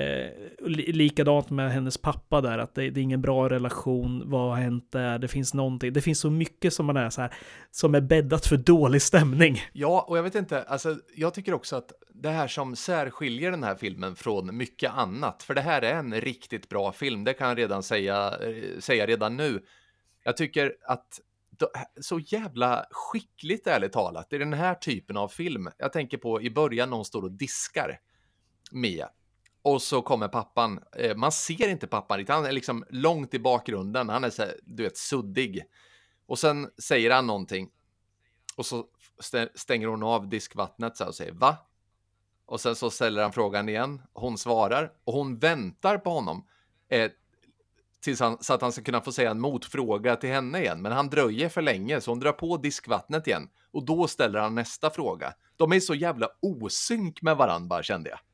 Likadant med hennes pappa där, att det är ingen bra relation, vad har hänt där, det finns någonting, det finns så mycket som man är så här, som är bäddat för dålig stämning. Ja, och jag vet inte, alltså jag tycker också att det här som särskiljer den här filmen från mycket annat, för det här är en riktigt bra film, det kan jag redan säga redan nu. Jag tycker att så jävla skickligt, ärligt talat, i den här typen av film. Jag tänker på i början någon står och diskar Mia. Och så kommer pappan. Man ser inte pappan riktigt. Han är liksom långt i bakgrunden. Han är så här, du vet, suddig. Och sen säger han någonting. Och så stänger hon av diskvattnet så här och säger, va? Och sen så ställer han frågan igen. Hon svarar. Och hon väntar på honom. Så att han ska kunna få säga en motfråga till henne igen. Men han dröjer för länge, så hon drar på diskvattnet igen. Och då ställer han nästa fråga. De är så jävla osynk med varandra, kände jag.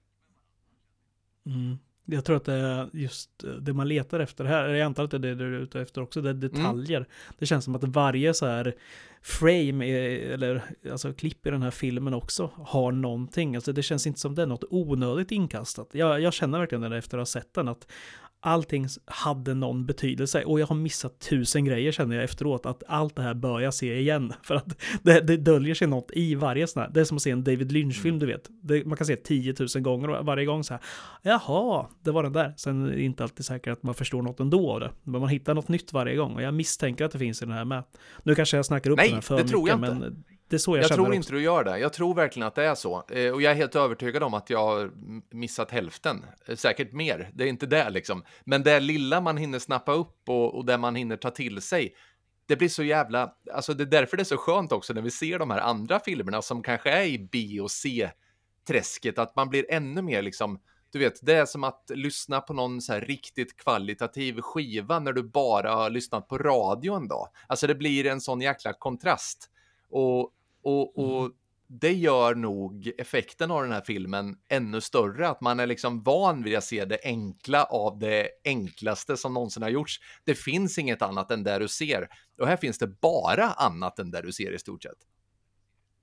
Jag tror att det är just det man letar efter här. Jag antar att det är det du är ute efter också. Det är detaljer. Det känns som att varje så här frame eller alltså klipp i den här filmen också har någonting. Alltså det känns inte som det är något onödigt inkastat. Jag känner verkligen det efter att ha sett den, att allting hade någon betydelse, och jag har missat 1000 grejer känner jag efteråt, att allt det här bör jag se igen, för att det döljer sig något i varje sån här. Det är som att se en David Lynch-film, du vet. Man kan se 10 000 gånger och varje gång så här, jaha, det var den där. Sen är det inte alltid säkert att man förstår något ändå av det, men man hittar något nytt varje gång, och jag misstänker att det finns i den här med. Nu kanske jag snackar upp den här för mycket. Nej, det tror jag inte. Men det är så jag tror inte du gör det. Jag tror verkligen att det är så. Och jag är helt övertygad om att jag har missat hälften. Säkert mer. Det är inte det liksom. Men det lilla man hinner snappa upp och det man hinner ta till sig, det blir så jävla... Alltså det är därför det är så skönt också när vi ser de här andra filmerna som kanske är i B- och C-träsket, att man blir ännu mer liksom... Du vet, det är som att lyssna på någon så här riktigt kvalitativ skiva när du bara har lyssnat på radion då. Alltså det blir en sån jäkla kontrast. Och det gör nog effekten av den här filmen ännu större, att man är liksom van vid att se det enkla av det enklaste som någonsin har gjorts. Det finns inget annat än där du ser, och här finns det bara annat än där du ser i stort sett.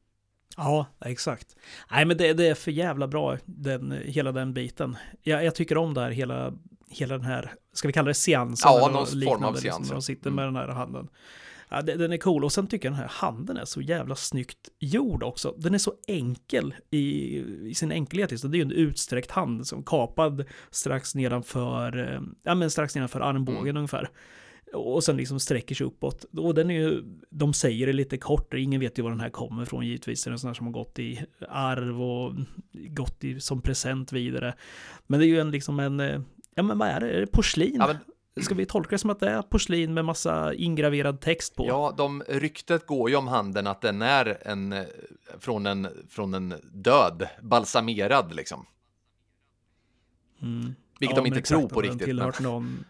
Ja, exakt. Nej, men det är för jävla bra, hela den biten. Jag tycker om det här, hela den här, ska vi kalla det seansen? Ja, eller någon liknande, form av liksom, seans. när de sitter med den här handen. Ja, den är cool. Och sen tycker jag den här handen är så jävla snyggt gjord också. Den är så enkel i sin enkelhet. Det är ju en utsträckt hand som kapad strax nedanför armbågen ungefär. Och sen liksom sträcker sig uppåt. Och den är ju, de säger det lite kort, ingen vet ju var den här kommer från givetvis. Det är en sån här som har gått i arv och gått som present vidare. Men det är ju men vad är det? Är det porslin? Ja, ska vi tolka det som att det är porslin med massa ingraverad text på? Ja, ryktet går ju om handen att den är från en död, balsamerad liksom. Vilket de inte tror på riktigt. Någon...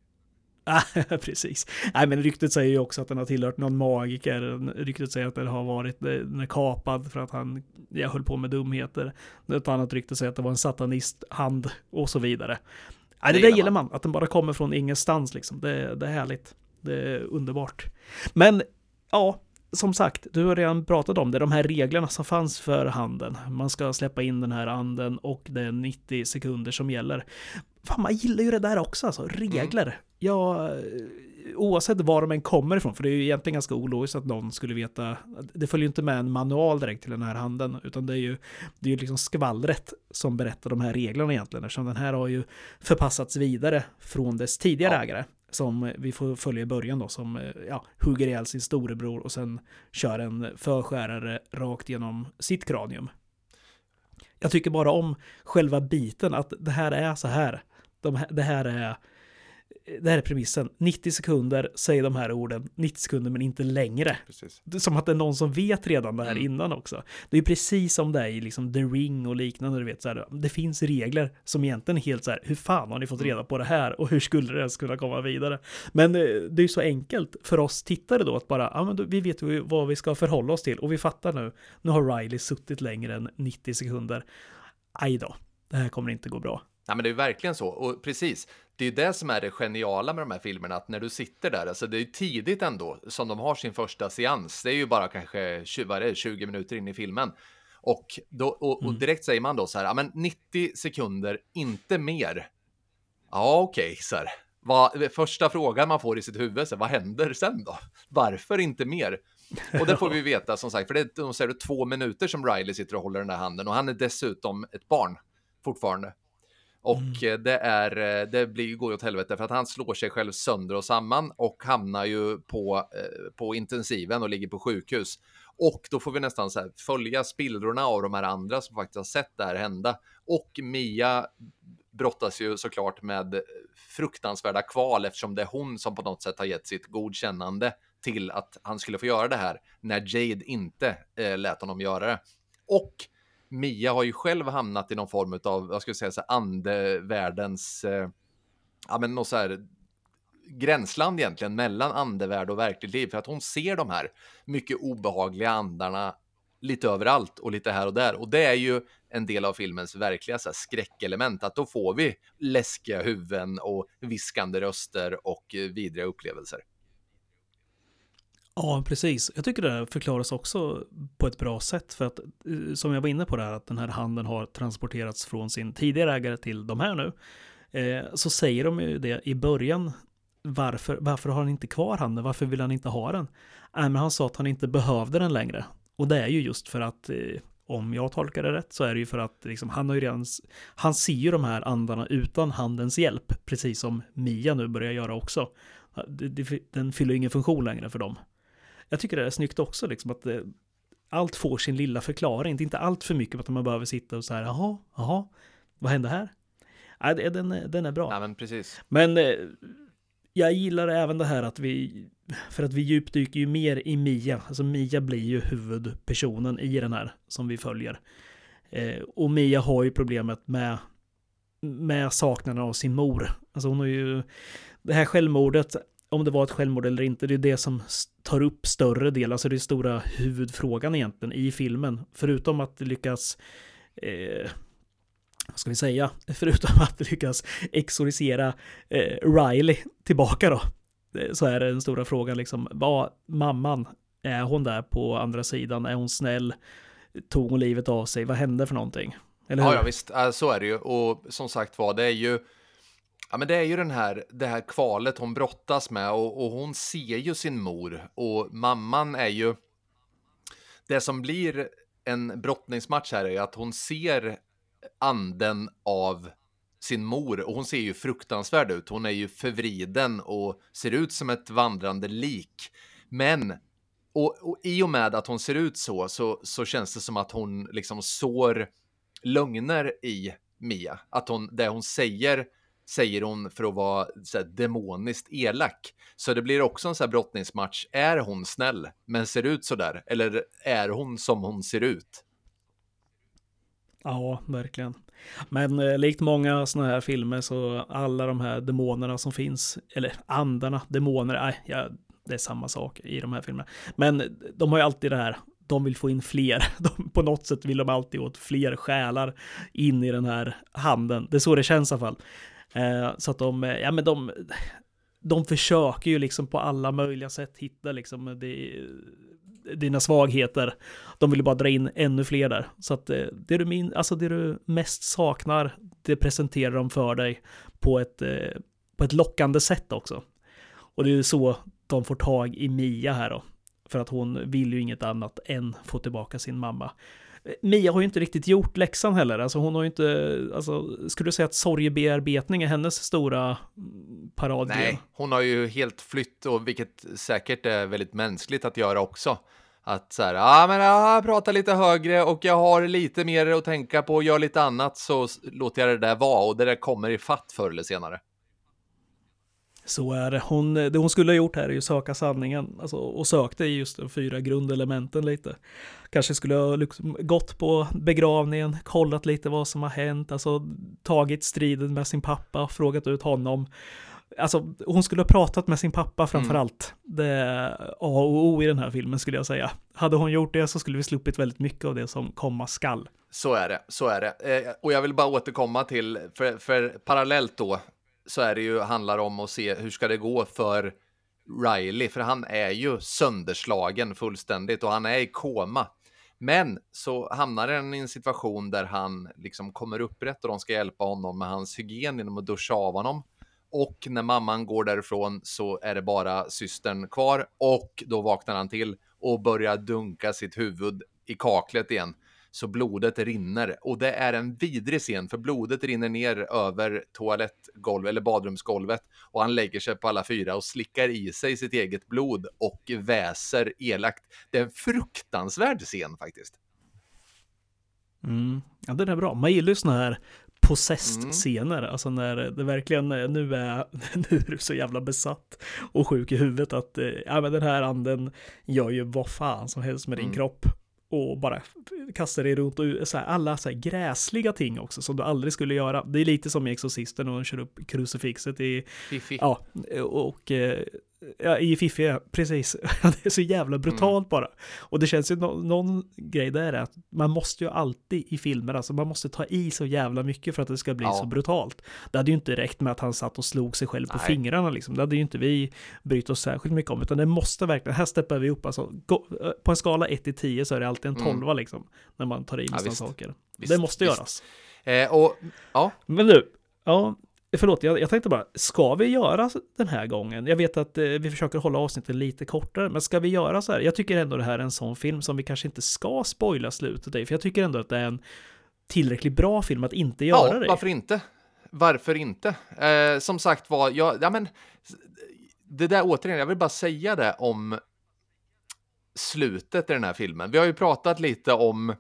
precis. Nej, men ryktet säger ju också att den har tillhört någon magiker. Ryktet säger att den har varit kapad för att jag höll på med dumheter. Ett annat rykte säger att det var en satanisthand och så vidare. Nej, det där gillar man. Att den bara kommer från ingenstans liksom. Det är härligt. Det är underbart. Men ja, som sagt, du har redan pratat om det. De här reglerna som fanns för handen. Man ska släppa in den här anden och det är 90 sekunder som gäller. Fan, man gillar ju det där också, alltså. Regler. Ja, oavsett var de än kommer ifrån, för det är ju egentligen ganska ologiskt att någon skulle veta, det följer ju inte med en manual direkt till den här handen, utan det är ju liksom skvallret som berättar de här reglerna egentligen, eftersom den här har ju förpassats vidare från dess tidigare ägare, som vi får följa i början då, som hugger ihjäl sin storebror och sen kör en förskärare rakt genom sitt kranium. Jag tycker bara om själva biten, att det här är så här. Det här är premissen. 90 sekunder, säger de här orden. 90 sekunder, men inte längre. Precis. Det är som att det är någon som vet redan det här innan också. Det är precis som det är i liksom The Ring och liknande. Du vet, så här, det finns regler som egentligen är helt så här, hur fan har ni fått reda på det här? Och hur skulle det ens kunna komma vidare? Men det är ju så enkelt för oss tittare då att bara, men vi vet ju vad vi ska förhålla oss till. Och vi fattar nu har Riley suttit längre än 90 sekunder. Aj då, det här kommer inte gå bra. Ja, men det är ju verkligen så. Och precis, det är ju det som är det geniala med de här filmerna, att när du sitter där, alltså det är ju tidigt ändå som de har sin första seans. Det är ju bara kanske 20 minuter in i filmen. Och direkt säger man då så här, men 90 sekunder, inte mer. Ja, okej, så här. Första frågan man får i sitt huvud, så här, vad händer sen då? Varför inte mer? Och det får vi veta som sagt, för de säger 2 minuter som Riley sitter och håller den där handen, och han är dessutom ett barn fortfarande. Och det går ju åt helvete, för att han slår sig själv sönder och samman och hamnar ju på intensiven och ligger på sjukhus. Och då får vi nästan så här följa spillrorna av de här andra som faktiskt har sett det här hända. Och Mia brottas ju såklart med fruktansvärda kval, eftersom det är hon som på något sätt har gett sitt godkännande till att han skulle få göra det här, när Jade inte lät honom göra det. Och Mia har ju själv hamnat i någon form av, vad ska jag säga, så andevärldens något så här gränsland egentligen mellan andevärld och verkligt liv, för att hon ser de här mycket obehagliga andarna lite överallt och lite här och där, och det är ju en del av filmens verkliga så här skräckelement, att då får vi läskiga huvuden och viskande röster och vidriga upplevelser. Ja, precis. Jag tycker det förklaras också på ett bra sätt, för att som jag var inne på där, att den här handen har transporterats från sin tidigare ägare till de här nu, så säger de ju det i början. Varför har han inte kvar handen? Varför vill han inte ha den? Men han sa att han inte behövde den längre. Och det är ju just för att, om jag tolkar det rätt, så är det ju för att liksom, han ser ju de här andarna utan handens hjälp, precis som Mia nu börjar göra också. Den fyller ingen funktion längre för dem. Jag tycker det är snyggt också, liksom, att allt får sin lilla förklaring. Det är inte allt för mycket att man behöver sitta och så här, jaha, vad hände här? Nej, den är bra. Ja, men precis. Men jag gillar även det här att vi djupdyker ju mer i Mia. Alltså Mia blir ju huvudpersonen i den här som vi följer. Och Mia har ju problemet med saknaden av sin mor. Alltså hon har ju det här självmordet, om det var ett självmord eller inte, det är det som tar upp större del, alltså det är stora huvudfrågan egentligen i filmen. Förutom att lyckas förutom att lyckas exorcisera Riley tillbaka då, så är det den stora frågan liksom, vad mamman, är hon där på andra sidan, är hon snäll, tog hon livet av sig? Vad hände för någonting? Eller hur? Ja, visst, så är det ju. Och som sagt var, det är ju, ja, men det är ju det här kvalet hon brottas med, och hon ser ju sin mor, och mamman är ju, det som blir en brottningsmatch här är ju att hon ser anden av sin mor, och hon ser ju fruktansvärd ut. Hon är ju förvriden och ser ut som ett vandrande lik. Men och i och med att hon ser ut så känns det som att hon liksom sår lögner i Mia. Att det hon säger hon för att vara så här demoniskt elak. Så det blir också en så här brottningsmatch. Är hon snäll men ser ut så där? Eller är hon som hon ser ut? Ja, verkligen. Men likt många såna här filmer så alla de här demonerna som finns, eller andarna, demoner, det är samma sak i de här filmerna. Men de har ju alltid det här, de vill få in fler. På något sätt vill de alltid åt fler själar in i den här handen. Det är så det känns i alla fall. Så att de försöker ju liksom på alla möjliga sätt hitta liksom dina svagheter. De vill ju bara dra in ännu fler där. Så att det du mest saknar, det presenterar de för dig på ett lockande sätt också. Och det är ju så de får tag i Mia här då. För att hon vill ju inget annat än få tillbaka sin mamma. Mia har ju inte riktigt gjort läxan heller. Alltså hon har ju inte, skulle du säga att sorgebearbetning är hennes stora paradgren? Nej, hon har ju helt flytt, och vilket säkert är väldigt mänskligt att göra också. Att så här, jag pratar lite högre och jag har lite mer att tänka på och gör lite annat, så låter jag det där vara, och det där kommer i fatt förr eller senare. Så är det. Det hon skulle ha gjort här är ju söka sanningen. Alltså, och sökte i just de 4 grundelementen lite. Kanske skulle ha liksom gått på begravningen, kollat lite vad som har hänt. Alltså tagit striden med sin pappa, frågat ut honom. Alltså hon skulle ha pratat med sin pappa framförallt. Det är A och O i den här filmen skulle jag säga. Hade hon gjort det så skulle vi sluppit väldigt mycket av det som komma skall. Så är det. Och jag vill bara återkomma till, för parallellt då, så är det ju, handlar om att se hur ska det gå för Riley, för han är ju sönderslagen fullständigt och han är i koma. Men så hamnar han i en situation där han liksom kommer upprätt, och de ska hjälpa honom med hans hygien genom att duscha av honom. Och när mamman går därifrån så är det bara systern kvar, och då vaknar han till och börjar dunka sitt huvud i kaklet igen. Så blodet rinner, och det är en vidrig scen, för blodet rinner ner över toalettgolvet eller badrumsgolvet, och han lägger sig på alla 4 och slickar i sig sitt eget blod och väser elakt. Det är en fruktansvärd scen faktiskt. Ja, det är bra. Man gillar ju såna här possessed-scener, alltså när det verkligen nu är du så jävla besatt och sjuk i huvudet att men den här anden gör ju vad fan som helst med din kropp och bara kastar dig runt, och så här, alla så här gräsliga ting också som du aldrig skulle göra. Det är lite som i Exorcisten när de kör upp krucifixet i Fiffi. Ja, och i Fiffi, ja, precis. Det är så jävla brutalt bara. Och det känns ju någon grej där är att man måste ju alltid i filmer, alltså man måste ta i så jävla mycket för att det ska bli så brutalt. Det hade ju inte räckt med att han satt och slog sig själv på fingrarna liksom. Det hade ju inte vi brytt oss särskilt mycket om, utan det måste verkligen, här steppar vi upp alltså, på en skala 1-10 så är det alltid en 12 liksom, när man tar i med sådana saker. Det måste göras. Men nu, förlåt, jag tänkte bara, ska vi göra den här gången? Jag vet att vi försöker hålla avsnittet lite kortare, men ska vi göra så här? Jag tycker ändå det här är en sån film som vi kanske inte ska spoila slutet i, för jag tycker ändå att det är en tillräckligt bra film att inte göra det. Varför inte? Som sagt var, men det där återigen, jag vill bara säga det om slutet i den här filmen. Vi har ju pratat lite om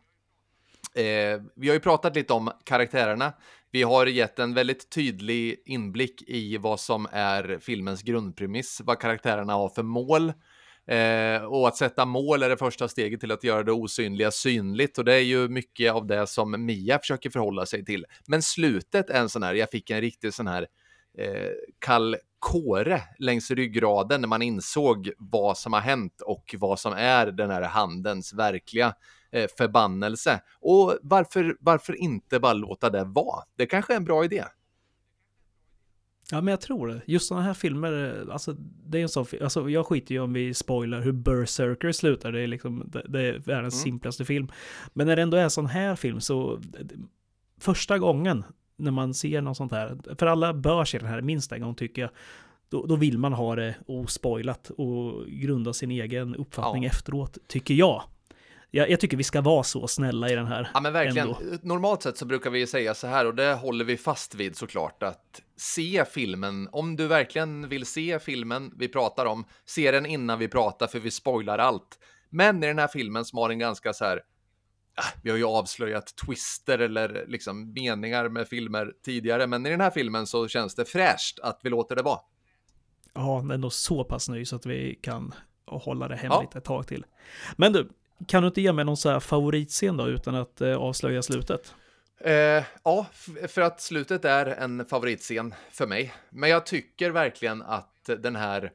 karaktärerna. Vi har gett en väldigt tydlig inblick i vad som är filmens grundpremiss, vad karaktärerna har för mål. Och att sätta mål är det första steget till att göra det osynliga synligt, och det är ju mycket av det som Mia försöker förhålla sig till. Men slutet är en sån här, jag fick en riktig sån här kall kåre längs ryggraden när man insåg vad som har hänt och vad som är den här handens verkliga förbannelse. Och varför inte bara låta det vara? Det kanske är en bra idé. Ja, men jag tror det. Just sådana här filmer, alltså det är en sån film, alltså jag skiter ju om vi spoilar hur Berserker slutar, det är liksom, det är världens simplaste film. Men när det ändå är en sån här film så, första gången när man ser något sånt här, för alla bör se den här minst en gång tycker jag, då vill man ha det ospoilat och grunda sin egen uppfattning efteråt, tycker jag. Jag tycker vi ska vara så snälla i den här. Ja, men verkligen. Ändå. Normalt sett så brukar vi säga så här, och det håller vi fast vid såklart, att se filmen. Om du verkligen vill se filmen vi pratar om, se den innan vi pratar, för vi spoilar allt. Men i den här filmen som har en ganska så här, vi har ju avslöjat twister eller liksom meningar med filmer tidigare, men i den här filmen så känns det fräscht att vi låter det vara. Ja, men ändå så pass ny så att vi kan hålla det hemligt ett tag till. Men du, kan du inte ge mig någon så här favoritscen då, utan att avslöja slutet? Ja, för att slutet är en favoritscen för mig. Men jag tycker verkligen att den här...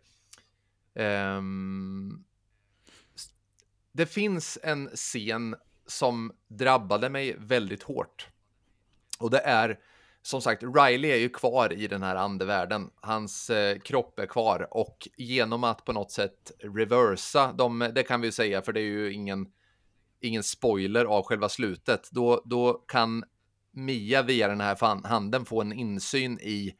det finns en scen som drabbade mig väldigt hårt. Och det är, som sagt, Riley är ju kvar i den här andevärlden. Hans kropp är kvar. Och genom att på något sätt reversa dem, det kan vi säga, för det är ju ingen spoiler av själva slutet. Då kan Mia via den här handen få en insyn i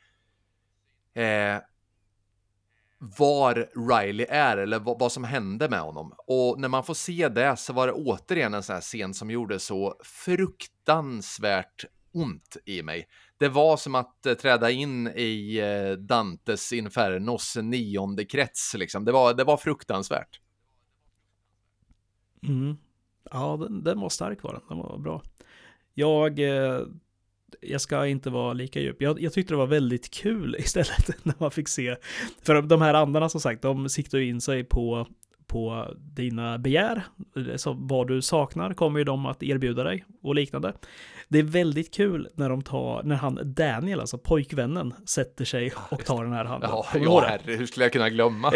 var Riley är, eller vad som hände med honom. Och när man får se det så var det återigen en sån här scen som gjorde så fruktansvärt ont i mig. Det var som att träda in i Dantes Infernos 9:e krets liksom. Det var fruktansvärt. Ja, den var stark var den var bra. Jag ska inte vara lika djup. Jag tyckte det var väldigt kul istället när man fick se. För de här andarna som sagt, de siktar ju in sig på dina begär. Så vad du saknar kommer ju de att erbjuda dig och liknande. Det är väldigt kul när han Daniel, alltså pojkvännen, sätter sig och tar den här handen. Herre, hur skulle jag kunna glömma?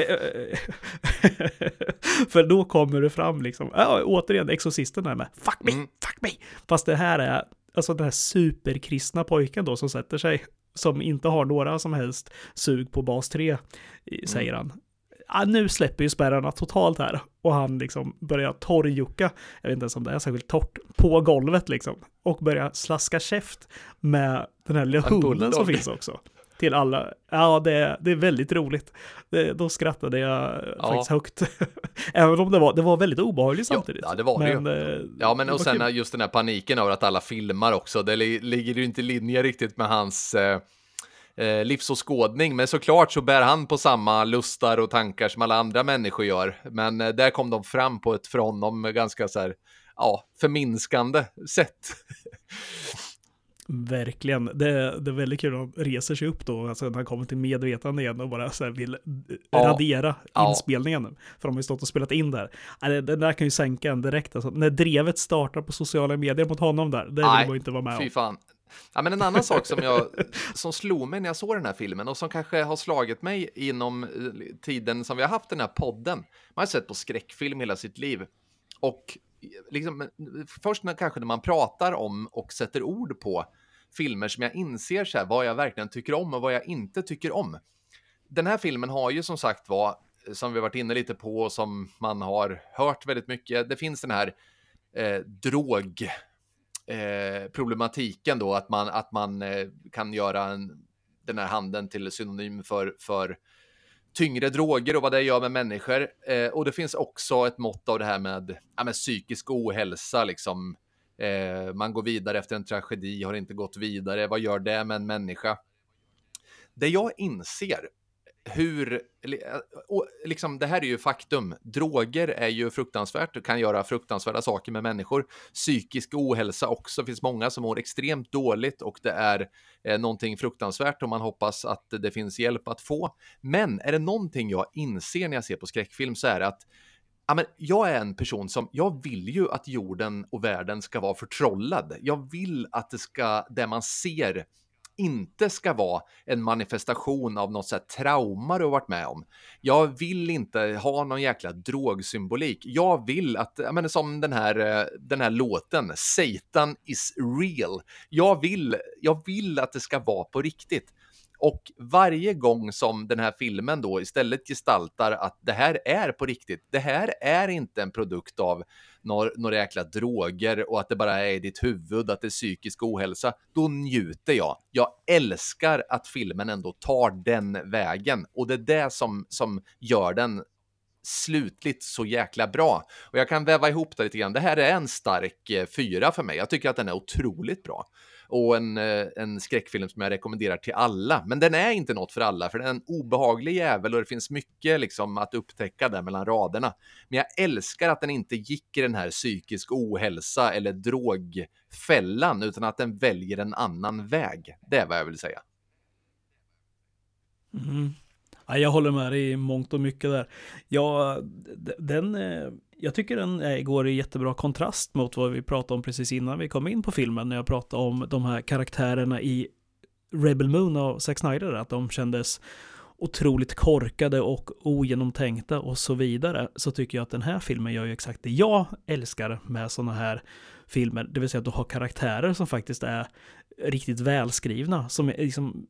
För då kommer det fram liksom, återigen exorcisten där med fuck me. Fast det här är alltså den här superkristna pojken då som sätter sig, som inte har några som helst sug på bas 3, säger han. Nu släpper ju spärrarna totalt här. Och han liksom börjar torrjucka, jag vet inte ens om det är särskilt torrt, på golvet liksom. Och börjar slaska käft med den här lilla hunden som finns också. Till alla. Ja, det är väldigt roligt. Då skrattade jag faktiskt högt. Även om det var väldigt obehagligt samtidigt. Ja, det var det ju. Ja, men och sen just den här paniken över att alla filmar också. Det ligger ju inte i linje riktigt med hans livsåskådning. Men såklart så bär han på samma lustar och tankar som alla andra människor gör. Men där kom de fram på ett för honom ganska så här, förminskande sätt. Verkligen. Det är väldigt kul att de reser sig upp då, alltså när han kommer till medvetande igen och bara så här vill radera inspelningen. För de har ju stått och spelat in där. Den där kan ju sänka en direkt. Alltså, när drevet startar på sociala medier mot honom där, det vill man ju inte vara med om. Fy fan. Ja, men en annan sak som slog mig när jag såg den här filmen och som kanske har slagit mig inom tiden som vi har haft den här podden. Man har sett på skräckfilm hela sitt liv. Och liksom, först när man pratar om och sätter ord på filmer som jag inser så här, vad jag verkligen tycker om och vad jag inte tycker om. Den här filmen har ju som sagt som vi varit inne lite på och som man har hört väldigt mycket. Det finns den här drogproblematiken då, att man kan göra den här handen till synonym för tyngre droger och vad det gör med människor. Och det finns också ett mått av det här med psykisk ohälsa. Liksom. Man går vidare efter en tragedi, har inte gått vidare. Vad gör det med en människa? Det jag inser, liksom, det här är ju faktum. Droger är ju fruktansvärt och kan göra fruktansvärda saker med människor. Psykisk ohälsa också. Det finns många som mår extremt dåligt och det är någonting fruktansvärt och man hoppas att det finns hjälp att få. Men är det någonting jag inser när jag ser på skräckfilm så är det att jag är en person som, jag vill ju att jorden och världen ska vara förtrollad. Jag vill att det man ser inte ska vara en manifestation av något så här trauma du har varit med om. Jag vill inte ha någon jäkla drogsymbolik. Jag vill att, som den här låten, Satan is real. Jag vill att det ska vara på riktigt. Och varje gång som den här filmen då istället gestaltar att det här är på riktigt, det här är inte en produkt av några jäkla droger och att det bara är i ditt huvud, att det är psykisk ohälsa, då njuter jag. Jag älskar att filmen ändå tar den vägen, och det är det som gör den slutligt så jäkla bra. Och jag kan väva ihop det lite grann. Det här är en stark 4 för mig. Jag tycker att den är otroligt bra. Och en skräckfilm som jag rekommenderar till alla. Men den är inte något för alla, för den är en obehaglig jävel och det finns mycket liksom att upptäcka där mellan raderna. Men jag älskar att den inte gick i den här psykisk ohälsa eller drogfällan, utan att den väljer en annan väg. Det är vad jag vill säga. Mm. Ja, jag håller med dig i mångt och mycket där. Jag tycker den går i jättebra kontrast mot vad vi pratade om precis innan vi kom in på filmen, när jag pratade om de här karaktärerna i Rebel Moon och Zack Snyder, att de kändes otroligt korkade och ogenomtänkta och så vidare. Så tycker jag att den här filmen gör ju exakt det jag älskar med sådana här filmer, det vill säga att du har karaktärer som faktiskt är riktigt välskrivna, som är liksom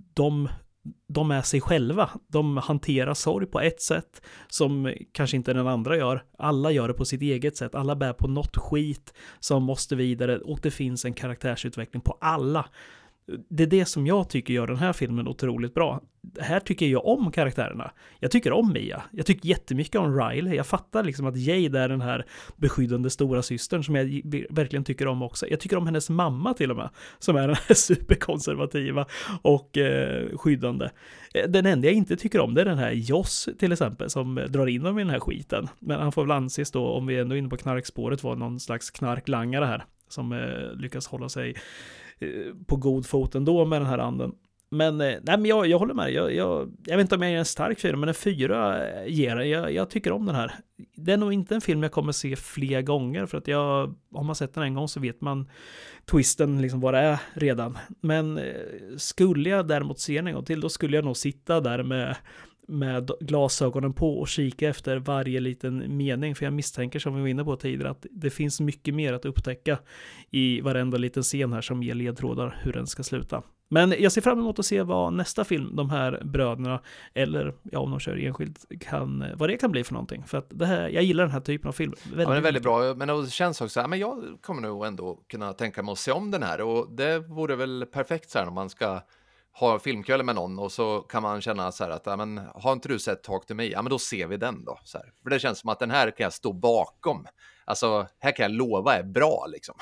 de är sig själva. De hanterar sorg på ett sätt som kanske inte den andra gör. Alla gör det på sitt eget sätt. Alla bär på något skit som måste vidare, och det finns en karaktärsutveckling på alla. Det är det som jag tycker gör den här filmen otroligt bra. Här tycker jag om karaktärerna. Jag tycker om Mia. Jag tycker jättemycket om Riley. Jag fattar liksom att Jade är den här beskyddande stora systern som jag verkligen tycker om också. Jag tycker om hennes mamma till och med, som är den här superkonservativa och skyddande. Den enda jag inte tycker om, det är den här Joss till exempel, som drar in dem i den här skiten. Men han får väl anses då, om vi ändå är inne på knarkspåret, var någon slags knarklangare här som lyckas hålla sig på god fot ändå med den här anden. Men, men jag håller med. Jag vet inte om jag är en stark 4, men en 4 ger det. Jag tycker om den här. Det är nog inte en film jag kommer se fler gånger, för att om man sett den en gång så vet man twisten, liksom vad det är redan. Men skulle jag däremot se den en gång till, då skulle jag nog sitta där med glasögonen på och kika efter varje liten mening, för jag misstänker, som vi var inne på tidigare, att det finns mycket mer att upptäcka i varenda liten scen här som ger ledtrådar hur den ska sluta. Men jag ser fram emot att se vad nästa film, de här bröderna, eller om de kör enskilt, vad det kan bli för någonting. För att jag gillar den här typen av film. Ja, det är väldigt bra, men det känns också men jag kommer nog ändå kunna tänka mig att se om den här, och det vore väl perfekt så här om man ska ha filmkväll med någon och så kan man känna så här att har inte du sett Talk to Me? Ja, men då ser vi den då. Så här. För det känns som att den här kan jag stå bakom. Alltså, här kan jag lova är bra liksom.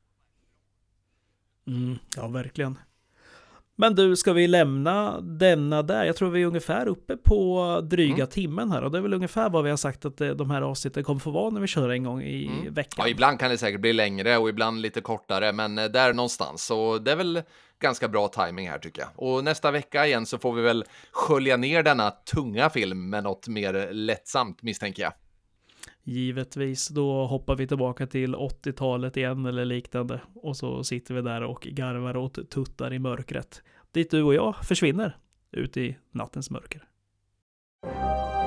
Ja, verkligen. Men du, ska vi lämna denna där? Jag tror vi är ungefär uppe på dryga timmen här, och det är väl ungefär vad vi har sagt att de här avsnitten kommer få vara när vi kör en gång i veckan. Ja, ibland kan det säkert bli längre och ibland lite kortare, men där någonstans. Så det är väl ganska bra timing här tycker jag. Och nästa vecka igen så får vi väl skölja ner denna tunga film med något mer lättsamt, misstänker jag. Givetvis, då hoppar vi tillbaka till 80-talet igen eller liknande, och så sitter vi där och garvar åt tuttar i mörkret, dit du och jag försvinner ut i nattens mörker.